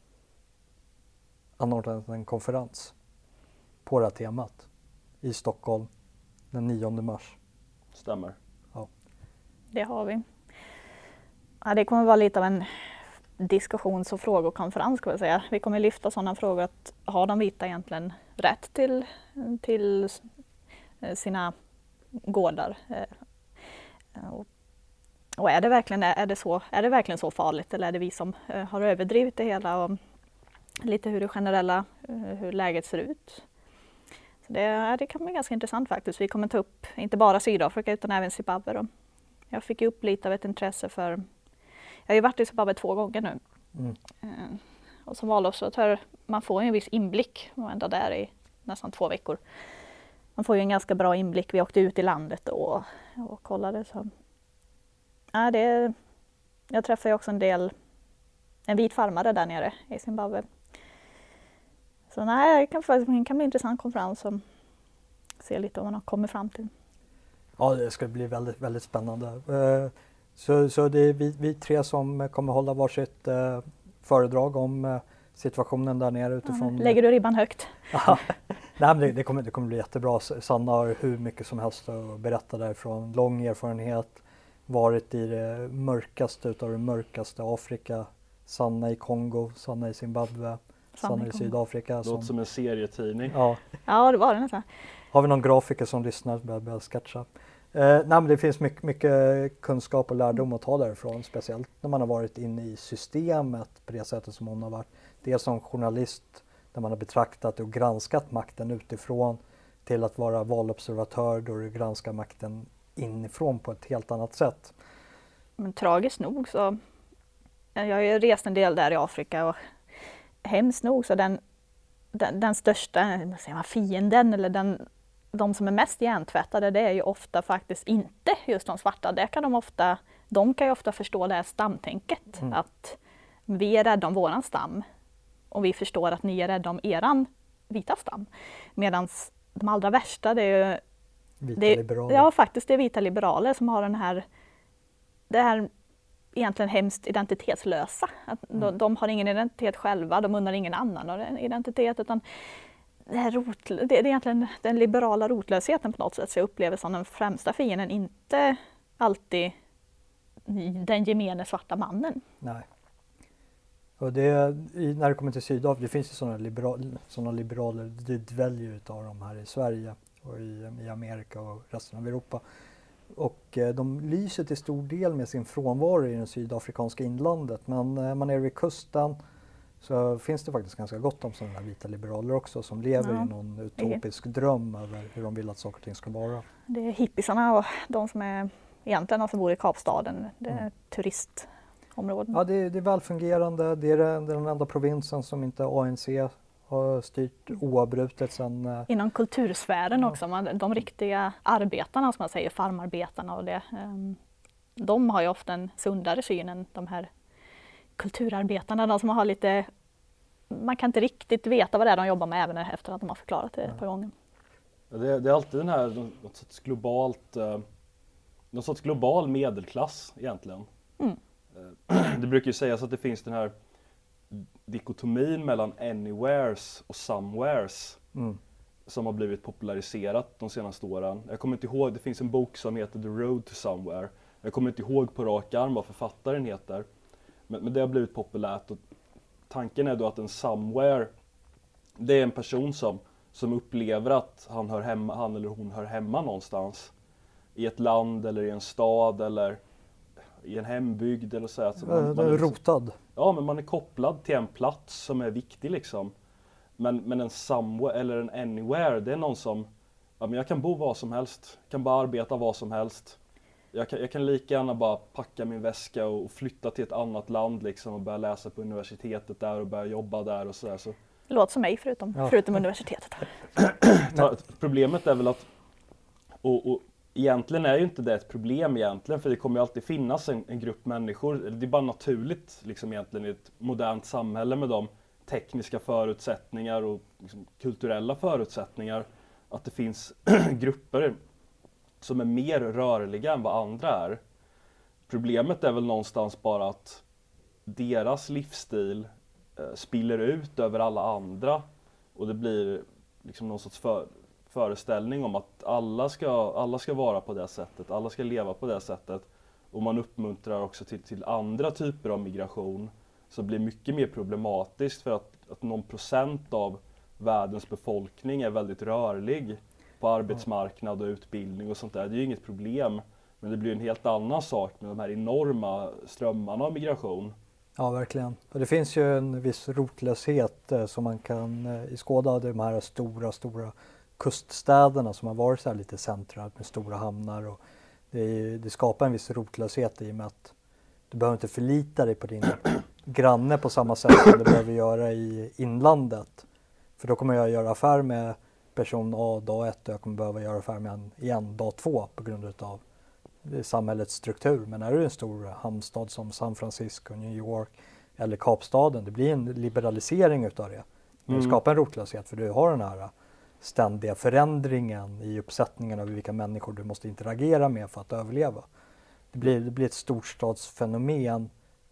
anordnat en konferens på det här temat i Stockholm den nionde mars. Stämmer. Det har vi. Ja, det kommer vara lite av en diskussions- och frågekonferens, kan jag säga. Vi kommer lyfta sådana frågor att har de vita egentligen rätt till, till sina gårdar? Och, och är det verkligen, är det så, är det verkligen så farligt, eller är det vi som har överdrivit det hela, och lite hur det generella, hur läget ser ut? Så det, det kan bli ganska intressant faktiskt. Vi kommer ta upp inte bara Sydafrika utan även Zimbabwe då. Jag fick upp lite av ett intresse för, jag har ju varit i Zimbabwe två gånger nu. Mm. Uh, och som valobservatör, man får ju en viss inblick, och ända där i nästan två veckor. Man får ju en ganska bra inblick. Vi åkte ut i landet och, och kollade. Så. Ja, det, jag träffade ju också en del, en vit farmare där nere i Zimbabwe. Så nej, det kan, det kan bli en intressant konferens och se lite vad man har kommit fram till. Ja, det ska bli väldigt, väldigt spännande. Så, så det är vi, vi tre som kommer hålla varsitt eh, föredrag om eh, situationen där nere utifrån... Ja, lägger du ribban högt? Ja, nej, men det, det, kommer, det kommer bli jättebra. Sanna har hur mycket som helst att berätta därifrån. Lång erfarenhet, varit i det mörkaste utav det mörkaste Afrika. Sanna i Kongo, Sanna i Zimbabwe, Sanna, Sanna i Sydafrika. Det låter som en serietidning. Ja, ja det var det nästan. Har vi någon grafiker som lyssnar så börjar jag sketcha. Eh, nej, men det finns mycket, mycket kunskap och lärdom att ta därifrån, speciellt när man har varit inne i systemet på det sättet som hon har varit. Dels som journalist där man har betraktat och granskat makten utifrån till att vara valobservatör då du granskar makten inifrån på ett helt annat sätt. Men tragiskt nog så, jag har ju rest en del där i Afrika och hemskt nog så den, den, den största säger man, fienden eller den de som är mest hjärntvättade, det är ju ofta faktiskt inte just de svarta. Det kan de ofta, de kan ju ofta förstå det här stamtänket. Mm. Att vi är rädda om våran stam. Och vi förstår att ni är rädda om eran vita stam. Medan de allra värsta, det är ju... Vita det, liberaler. Ja, faktiskt det är vita liberaler som har den här... Det här egentligen hemskt identitetslösa. Att mm. de, de har ingen identitet själva, de undrar ingen annan har en identitet, utan... Det, här rot, det är egentligen den liberala rotlösheten på något sätt, så jag upplever som den främsta fienden, inte alltid den gemene svarta mannen. Nej. Och det, när det kommer till Sydafrika, det finns ju sådana liberal, sådana liberaler, det dväljer utav dem här i Sverige och i, i Amerika och resten av Europa. Och eh, de lyser till stor del med sin frånvaro i det sydafrikanska inlandet, men eh, man är vid kusten så finns det faktiskt ganska gott om sådana vita liberaler också som lever ja, i någon utopisk det. dröm över hur de vill att saker och ting ska vara. Det är hippisarna och de som är egentligen de som bor i Kapstaden, det är mm. turistområden. Ja, det är, det är välfungerande, det är den enda provinsen som inte A N C har styrt oavbrutet sedan... Inom kultursfären ja. också, man, de riktiga arbetarna som man säger, farmarbetarna och det, um, de har ju ofta en sundare syn än de här kulturarbetarna, de som har lite, man kan inte riktigt veta vad det är de jobbar med även efter att de har förklarat det ett par gånger. Ja, det, är, det är alltid den här, något sorts globalt, eh, någon sorts global medelklass egentligen. Mm. Eh, det brukar ju sägas att det finns den här dikotomin mellan anywheres och somewheres mm. som har blivit populariserat de senaste åren. Jag kommer inte ihåg, det finns en bok som heter The Road to Somewhere. Jag kommer inte ihåg på rak arm vad författaren heter. Men, men det har blivit populärt och tanken är då att en somewhere, det är en person som, som upplever att han, hör hemma, han eller hon hör hemma någonstans. I ett land eller i en stad eller i en hembygd eller så. Alltså man, man är liksom, rotad. Ja, men man är kopplad till en plats som är viktig liksom. Men, men en somewhere eller en anywhere, det är någon som, ja men jag kan bo var som helst, kan bara arbeta var som helst. Jag kan, jag kan lika gärna bara packa min väska och flytta till ett annat land liksom och börja läsa på universitetet där och börja jobba där och sådär. Så. Det låter som mig förutom, ja. förutom universitetet. Problemet är väl att, och, och egentligen är ju inte det ett problem egentligen, för det kommer ju alltid finnas en, en grupp människor, det är bara naturligt liksom egentligen i ett modernt samhälle med de tekniska förutsättningar och liksom kulturella förutsättningar, att det finns grupper som är mer rörliga än vad andra är. Problemet är väl någonstans bara att deras livsstil eh, spiller ut över alla andra och det blir liksom någon sorts för, föreställning om att alla ska, alla ska vara på det sättet, alla ska leva på det sättet och man uppmuntrar också till, till andra typer av migration, så blir det mycket mer problematiskt, för att, att någon procent av världens befolkning är väldigt rörlig på arbetsmarknad och utbildning och sånt där. Det är ju inget problem, men det blir en helt annan sak med de här enorma strömmarna av migration. Ja, verkligen. Och det finns ju en viss rotlöshet eh, som man kan eh, skåda, de här stora, stora kuststäderna som har varit så här lite centra med stora hamnar. Och det, det skapar en viss rotlöshet i och med att du behöver inte förlita dig på din granne på samma sätt som du behöver göra i inlandet. För då kommer jag göra affär med person A dag ett och jag kommer behöva göra affär med en igen dag två på grund av samhällets struktur. Men är du en stor hamnstad som San Francisco, New York eller Kapstaden, det blir en liberalisering utav det. Det Mm. skapar en rotlöshet för du har den här ständiga förändringen i uppsättningen av vilka människor du måste interagera med för att överleva. Det blir, det blir ett storstadsfenomen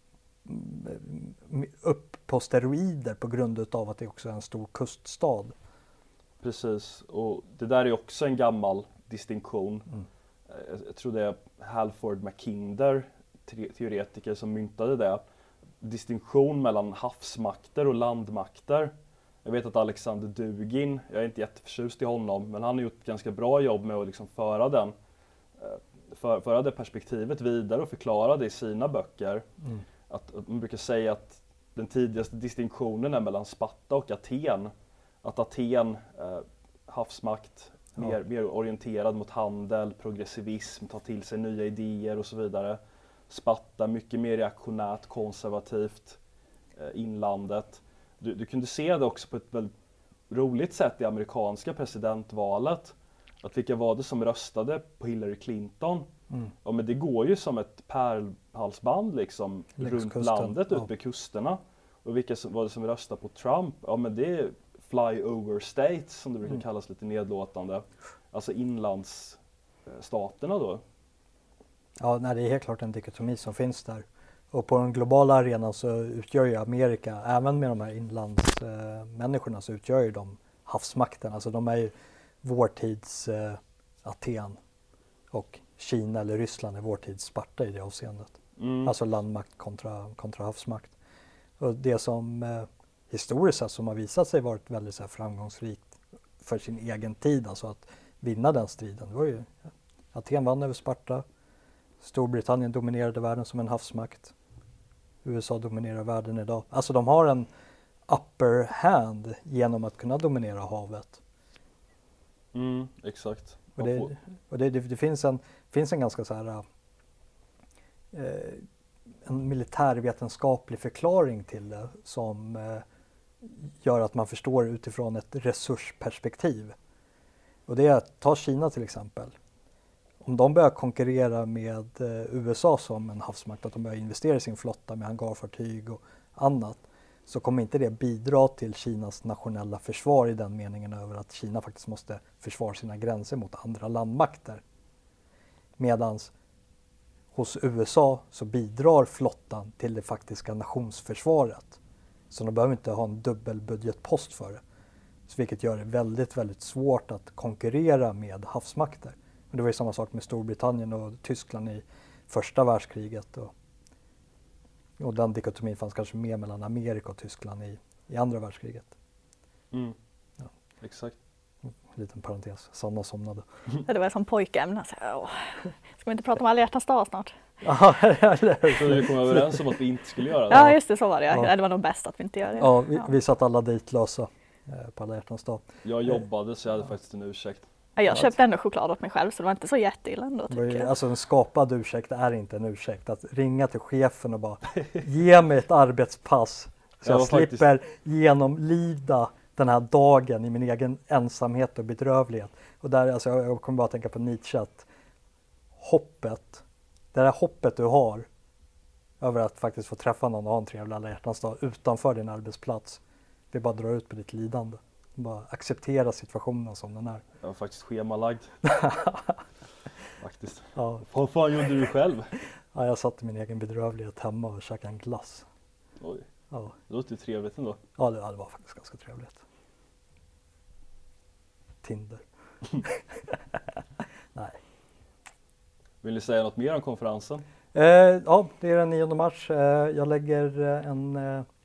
upp på steroider på grund av att det också är en stor kuststad. Precis, och det där är också en gammal distinktion. Mm. Jag, jag tror det är Halford Mackinder, te- teoretiker, som myntade det. Distinktion mellan havsmakter och landmakter. Jag vet att Alexander Dugin, jag är inte jätteförtjust i honom, men han har gjort ett ganska bra jobb med att liksom föra, den, för, föra det perspektivet vidare och förklara det i sina böcker. Mm. Att, att man brukar säga att den tidigaste distinktionen är mellan Sparta och Aten. Att Aten, eh, havsmakt, Ja. mer, mer orienterad mot handel, progressivism, ta till sig nya idéer och så vidare. Sparta, mycket mer reaktionärt, konservativt, eh, inlandet. Du, du kunde se det också på ett väldigt roligt sätt i amerikanska presidentvalet. Att vilka var det som röstade på Hillary Clinton? Mm. Ja, men det går ju som ett pärlhalsband liksom Längs runt kusten, landet, ja. ut med kusterna. Och vilka som, var det som röstade på Trump? Ja, men det är flyover states som det brukar Mm. kallas lite nedlåtande. Alltså inlandsstaterna då. Ja, nej, det är helt klart en dikotomi som finns där. Och på den globala arenan så utgör ju Amerika, även med de här inlandsmänniskorna, eh, så utgör ju de havsmakten. Alltså de är ju vår tids eh, Aten, och Kina eller Ryssland är vår tids Sparta i det avseendet. Mm. Alltså landmakt kontra, kontra havsmakt. Och det som eh, historiskt sett som har visat sig varit väldigt så här, framgångsrikt för sin egen tid, alltså att vinna den striden, det var ju Aten vann över Sparta. Storbritannien dominerade världen som en havsmakt. U S A dominerar världen idag. Alltså de har en upper hand genom att kunna dominera havet. Mm, exakt. Och Man det, får- och det, det, det finns, en, finns en ganska så här eh, en militärvetenskaplig förklaring till det som eh, gör att man förstår utifrån ett resursperspektiv. Och det är att ta Kina till exempel. Om de börjar konkurrera med eh, U S A som en havsmakt, att de börjar investera i sin flotta med hangarfartyg och annat, så kommer inte det bidra till Kinas nationella försvar i den meningen över att Kina faktiskt måste försvara sina gränser mot andra landmakter. Medans hos U S A så bidrar flottan till det faktiska nationsförsvaret. Så de behöver inte ha en dubbelbudgetpost för det. Så vilket gör det väldigt, väldigt svårt att konkurrera med havsmakter. Och det var ju samma sak med Storbritannien och Tyskland i första världskriget. Och, och den dikotomin fanns kanske mer mellan Amerika och Tyskland i, i andra världskriget. Mm. Ja. Exakt. En liten parentes, Sanna somnade. Det var som pojkämne. Så, åh. Ska vi inte prata om alla hjärtans dag snart? Ja, eller hur? Så vi kom överens om att vi inte skulle göra det. Ja, just det, så var det. Ja. Ja. Det var nog bäst att vi inte gör det. Ja, vi, vi satt alla ditlösa eh, på alla hjärtans dag. Jag jobbade så jag hade faktiskt en ursäkt. Ja, jag köpte ändå choklad åt mig själv så det var inte så jätteilla ändå Det var ju- tycker jag. Alltså en skapad ursäkt är inte en ursäkt. Att ringa till chefen och bara ge mig ett arbetspass så Jag jag, var faktiskt- slipper genomlida den här dagen i min egen ensamhet och bedrövlighet. Och där, alltså, jag, jag kommer bara tänka på Nietzsche, att hoppet, det där hoppet du har över att faktiskt få träffa någon och ha en trevlig alla hjärtans dag utanför din arbetsplats, det bara drar ut på ditt lidande. Bara acceptera situationen som den är. Jag var faktiskt schemalagd. Faktiskt. Ja, Vad fan gjorde du själv? ja, jag satt i min egen bedrövlighet hemma och käkade en glass. Oj, Ja, det låter ju trevligt ändå. ja, det, ja, det var faktiskt ganska trevligt. Tinder. Nej. Vill ni säga något mer om konferensen? Eh, ja, det är den nionde mars. Eh, jag lägger en,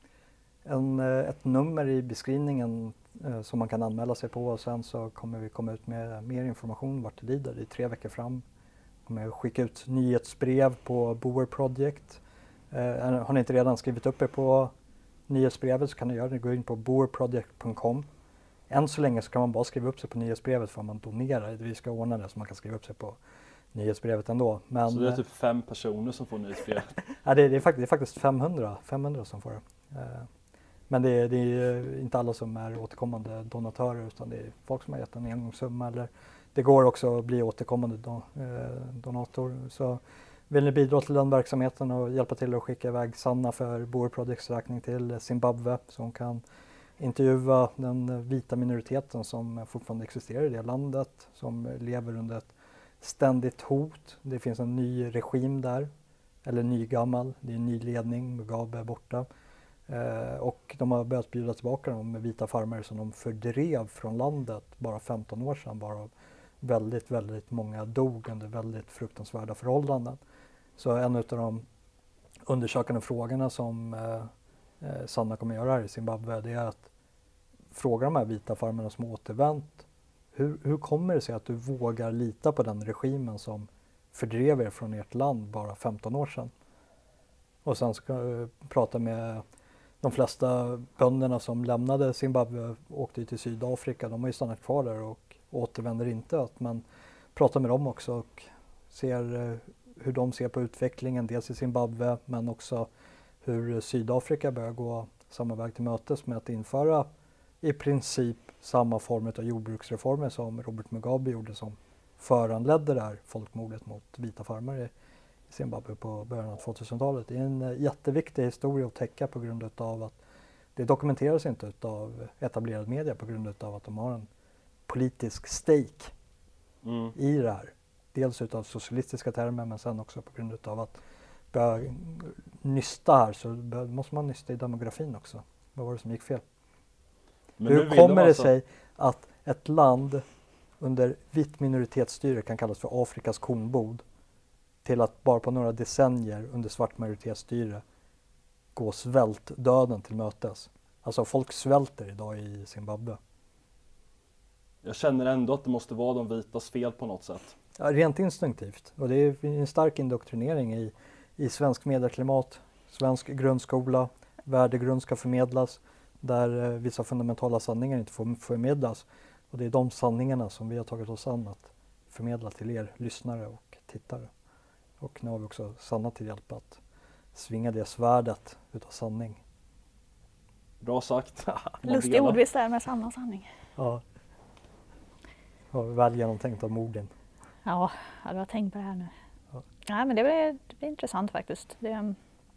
en, ett nummer i beskrivningen eh, som man kan anmäla sig på och sen så kommer vi komma ut med mer information vart det lider. Det är tre veckor fram. Kommer jag skicka ut nyhetsbrev på Boer Project. Eh, har ni inte redan skrivit upp er på nyhetsbrevet så kan ni göra det. Gå in på boerproject punkt com. Än så länge så kan man bara skriva upp sig på nyhetsbrevet för att man donerar. Vi ska ordna det så man kan skriva upp sig på nyhetsbrevet ändå. Men, så det är typ fem personer som får nyhetsbrevet? ja, det, är, det, är faktiskt, det är faktiskt femhundra, femhundra som får det. Eh, men det är, det är inte alla som är återkommande donatörer utan det är folk som har gett en engångssumma eller det går också att bli återkommande don, eh, donator. Så vill ni bidra till den verksamheten och hjälpa till att skicka iväg Sanna för Boer Projects räkning till Zimbabwe så hon kan intervjua den vita minoriteten som fortfarande existerar i det landet som lever under ett ständigt hot. Det finns en ny regim där, eller nygammal, det är en ny ledning, Mugabe är borta. Eh, och de har börjat bjuda tillbaka de vita farmare som de fördrev från landet bara femton år sedan, bara väldigt, väldigt många dog under väldigt fruktansvärda förhållanden. Så en av de undersökande frågorna som eh, eh, Sanna kommer göra här i Zimbabwe det är att fråga de här vita farmarna som återvänt hur, hur kommer det sig att du vågar lita på den regimen som fördrev er från ert land bara femton år sedan? Och sen ska jag prata med de flesta bönderna som lämnade Zimbabwe och åkte till Sydafrika. De har ju stannat kvar där och återvänder inte. Att man pratar med dem också och ser hur de ser på utvecklingen. Dels i Zimbabwe men också hur Sydafrika börjar gå samma väg till mötes med att införa i princip samma form av jordbruksreformer som Robert Mugabe gjorde som föranledde det här folkmordet mot vita farmare i Zimbabwe på början av tvåtusentalet. Det är en jätteviktig historia att täcka på grund av att det dokumenteras inte av etablerad media på grund av att de har en politisk stake mm. i det här. Dels utav socialistiska termer men sen också på grund av att börja nysta här så måste man nysta i demografin också. Vad var det som gick fel? Men hur kommer det alltså sig att ett land under vitt minoritetsstyre kan kallas för Afrikas kornbod till att bara på några decennier under svart majoritetsstyre gå svältdöden till mötes? Alltså folk svälter idag i Zimbabwe. Jag känner ändå att det måste vara de vitas fel på något sätt. Ja, rent instinktivt. Och det är en stark indoktrinering i, i svensk medieklimat, svensk grundskola, värdegrund ska förmedlas där eh, vissa fundamentala sanningar inte får förmedlas. Och det är de sanningarna som vi har tagit oss an att förmedla till er lyssnare och tittare. Och nu har vi också Sanna till hjälp att svinga det svärdet utav sanning. Bra sagt. Lustig ordvits där med sanna sanning. Ja. Ja, väl genomtänkt av morden. Ja, jag har tänkt på det här nu. Ja. Nej, men det blir, det blir intressant faktiskt. Det,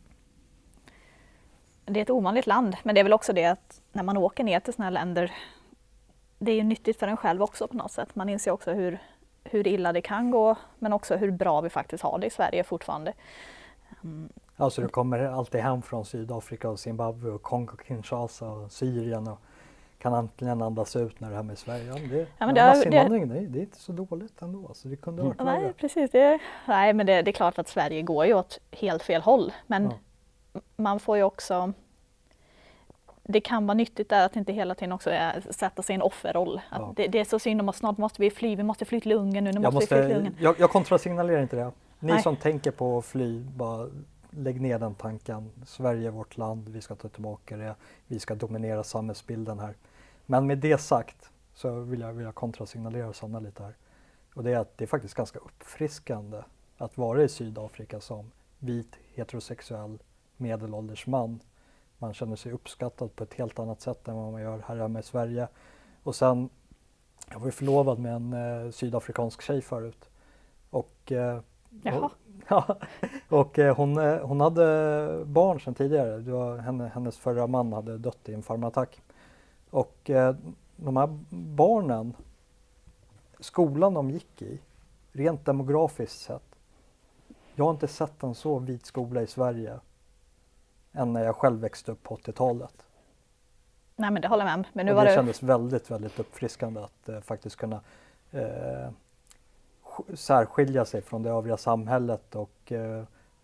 det är ett ovanligt land, men det är väl också det att när man åker ner till såna här länder, det är ju nyttigt för en själv också på något sätt. Man inser också hur, hur illa det kan gå, men också hur bra vi faktiskt har det i Sverige fortfarande. Mm. Alltså du kommer alltid hem från Sydafrika och Zimbabwe och Kongo, Kinshasa och Syrien och kan äntligen andas ut när det här med Sverige. Ja, det, ja, men det, massinvandring, det, det är inte så dåligt ändå. Alltså, det kunde mm, nej, vara. Precis. Det, nej, men det, det är klart att Sverige går ju åt helt fel håll. Men ja. Man får ju också... Det kan vara nyttigt där att inte hela tiden också är, sätta sig i en offerroll. Att ja. det, det är så synd om oss, snart måste vi fly, vi måste fly till Ungern nu, nu måste, måste vi fly till Ungern. Jag, jag kontrasignalerar inte det. Ni nej. Som tänker på att fly, bara lägg ner den tanken. Sverige är vårt land, vi ska ta tillbaka det, vi ska dominera samhällsbilden här. Men med det sagt så vill jag, vill jag kontrasignalera Sanna lite här. Och det är att det är faktiskt ganska uppfriskande att vara i Sydafrika som vit, heterosexuell, medelålders man. Man känner sig uppskattad på ett helt annat sätt än vad man gör här hemma i Sverige. Och sen, jag var ju förlovad med en eh, sydafrikansk tjej förut. Och, eh, Jaha. Ja, och eh, hon, eh, hon hade barn sedan tidigare. Det var henne, hennes förra man hade dött i en farmattack. Och eh, de här barnen, skolan de gick i, rent demografiskt sett, jag har inte sett en så vit skola i Sverige än när jag själv växte upp på åttiotalet. Nej, men det håller jag med. Men nu och var det det kändes väldigt, väldigt uppfriskande att eh, faktiskt kunna eh, särskilja sig från det övriga samhället och eh,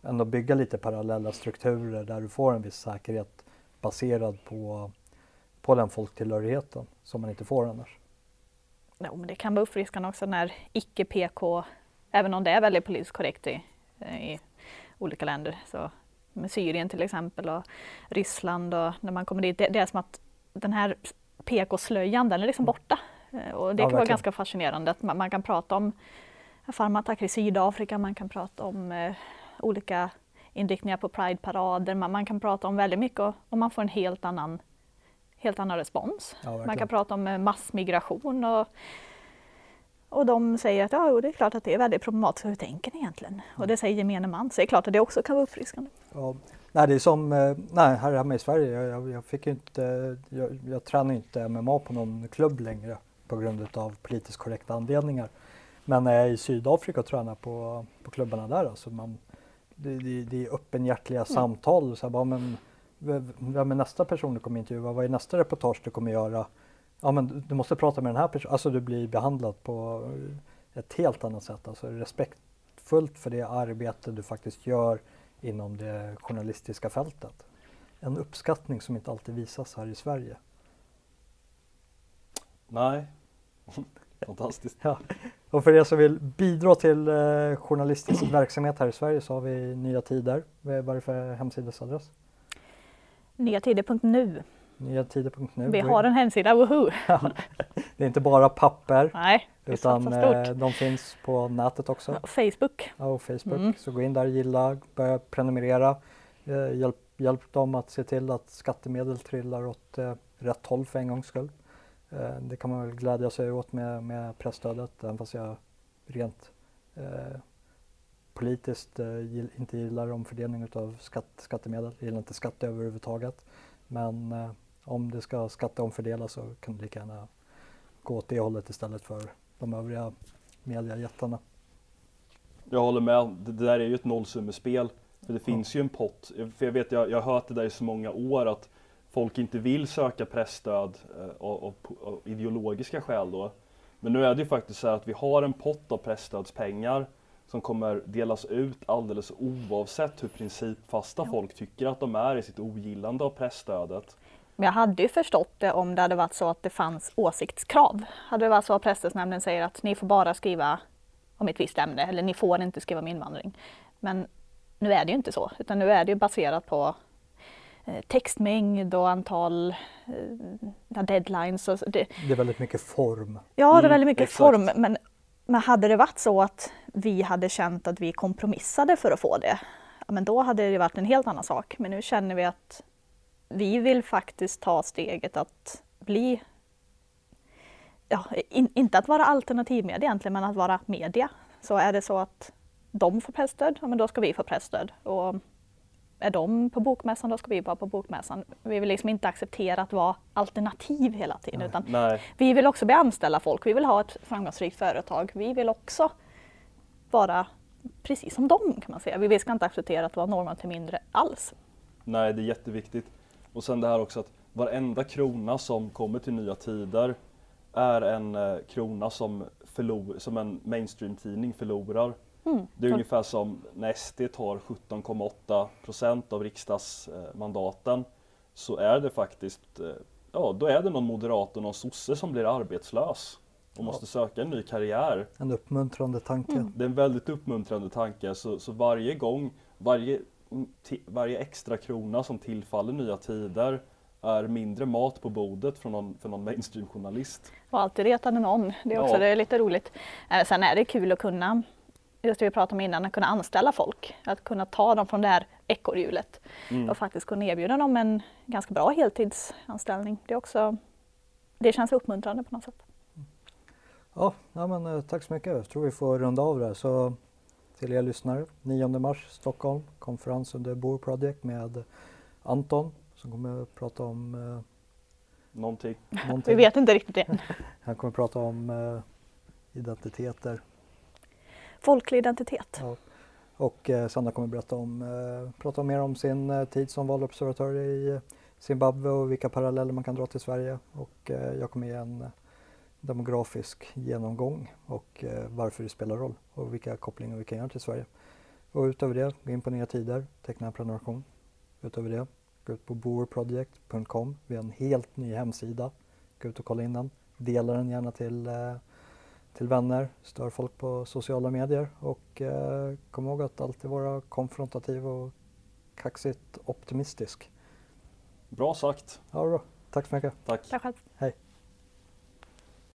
ändå bygga lite parallella strukturer där du får en viss säkerhet baserad på, på den folktillhörigheten som man inte får annars. Jo, men det kan vara uppfriskande också när icke-P K, även om det är väldigt politiskt korrekt i, i olika länder, så med Syrien till exempel och Ryssland, och när man kommer dit, det, det är som att den här P K-slöjan, den är liksom borta. Och det ja, kan vara ganska fascinerande att man, man kan prata om farmattacker i Sydafrika, man kan prata om eh, olika inriktningar på Pride-parader, man, man kan prata om väldigt mycket och, och man får en helt annan, helt annan respons. Ja, man kan prata om eh, massmigration och, och de säger att ja, det är klart att det är väldigt problematiskt, hur tänker ni egentligen? Mm. Och det säger gemene man, så det är klart att det också kan vara uppfriskande. Ja. Nej, det är som, nej, här hemma i Sverige, jag, jag, jag fick ju inte, jag, jag tränar inte M M A på någon klubb längre på grund av politiskt korrekta anledningar. Men när jag är i Sydafrika och tränar på, på klubbarna där, alltså man, det, det, det är öppenhjärtliga mm. samtal. Så här, bara, men, vem är nästa person du kommer intervjua? Vad är nästa reportage du kommer göra? Ja, men du måste prata med den här personen. Alltså du blir behandlad på ett helt annat sätt. Alltså respektfullt för det arbete du faktiskt gör inom det journalistiska fältet. En uppskattning som inte alltid visas här i Sverige. Nej, fantastiskt. Ja. Och för er som vill bidra till eh, journalistisk verksamhet här i Sverige så har vi Nya Tider. Vad är det för hemsidesadress? nya tider punkt nu. nya tider punkt nu. Vi har en hemsida, woho! Ja, det är inte bara papper. Nej, utan eh, de finns på nätet också. Ja, Facebook. Ja, och Facebook. Mm. Så gå in där, gilla, börja prenumerera. Eh, hjälp, hjälp dem att se till att skattemedel trillar åt eh, rätt håll för en gångs skull. Eh, det kan man väl glädja sig åt med, med pressstödet, även fast jag rent eh, politiskt eh, gill, inte gillar omfördelning av skatt, skattemedel. Jag gillar inte skatt överhuvudtaget. Men eh, om det ska skatteomfördelas så kan det lika gärna gå åt det hållet istället för de övriga mediajättarna. Jag håller med. Det där är ju ett nollsummespel. För det finns ja. ju en pott. För jag vet, jag, jag har hört det där i så många år att folk inte vill söka pressstöd av, av, av ideologiska skäl då. Men nu är det ju faktiskt så här att vi har en pott av pressstödspengar som kommer delas ut alldeles oavsett hur principfasta ja. folk tycker att de är i sitt ogillande av pressstödet. Men jag hade ju förstått det om det hade varit så att det fanns åsiktskrav. Hade det varit så att presstödsnämnden säger att ni får bara skriva om ett visst ämne eller ni får inte skriva om invandring. Men nu är det ju inte så, utan nu är det ju baserat på eh, textmängd och antal eh, deadlines. Och det, det är väldigt mycket form. Ja, det är väldigt mycket mm, form. Men, men hade det varit så att vi hade känt att vi kompromissade för att få det, ja, men då hade det varit en helt annan sak. Men nu känner vi att vi vill faktiskt ta steget att bli, ja, in, inte att vara alternativmedia egentligen, men att vara media. Så är det så att de får pressstöd, ja, men då ska vi få pressstöd. Och är de på bokmässan, då ska vi vara på bokmässan. Vi vill liksom inte acceptera att vara alternativ hela tiden. Nej. Utan Nej. Vi vill också bli anställa folk, vi vill ha ett framgångsrikt företag. Vi vill också vara precis som dem, kan man säga. Vi ska inte acceptera att vara normativt mindre alls. Nej, det är jätteviktigt. Och sen det här också att varenda krona som kommer till Nya Tider är en eh, krona som, förlor, som en mainstream-tidning förlorar. Mm. Det är ungefär som när S D tar sjutton komma åtta procent av riksdagsmandaten, eh, så är det faktiskt, eh, ja då är det någon moderat och någon sosse som blir arbetslös och ja. måste söka en ny karriär. En uppmuntrande tanke. Mm. Det är en väldigt uppmuntrande tanke, så, så varje gång, varje varje extra krona som tillfaller Nya Tider är mindre mat på bordet från någon, för någon mainstream-journalist. Och alltid retade någon, det är också ja. det är lite roligt. Sen är det kul att kunna, just det vi pratade om innan, att kunna anställa folk. Att kunna ta dem från det här ekorrhjulet mm. och faktiskt kunna erbjuda dem en ganska bra heltidsanställning. Det är också, det känns uppmuntrande på något sätt. Ja, ja men, tack så mycket. Jag tror vi får runda av det. Så till er lyssnare, nionde mars, Stockholm, konferens under Boer Project med Anton som kommer att prata om eh, någonting. någonting. Vi vet inte riktigt än. Han kommer att prata om eh, identiteter. Folklig identitet. Ja. Och eh, Sandra kommer att berätta om, eh, prata mer om sin eh, tid som valobservatör i Zimbabwe och vilka paralleller man kan dra till Sverige. Och eh, jag kommer ge en eh, demografisk genomgång och eh, varför det spelar roll och vilka kopplingar vi kan göra till Sverige. Och utöver det, gå in på Nya Tider, teckna en prenumeration. Utöver det, gå ut på boerproject punkt com. Vi har en helt ny hemsida. Gå ut och kolla in den. Dela den gärna till, eh, till vänner, stör folk på sociala medier. Och eh, kom ihåg att alltid vara konfrontativ och kaxigt optimistisk. Bra sagt. Ja, bra. Tack så mycket. Tack. Tack själv. Hej.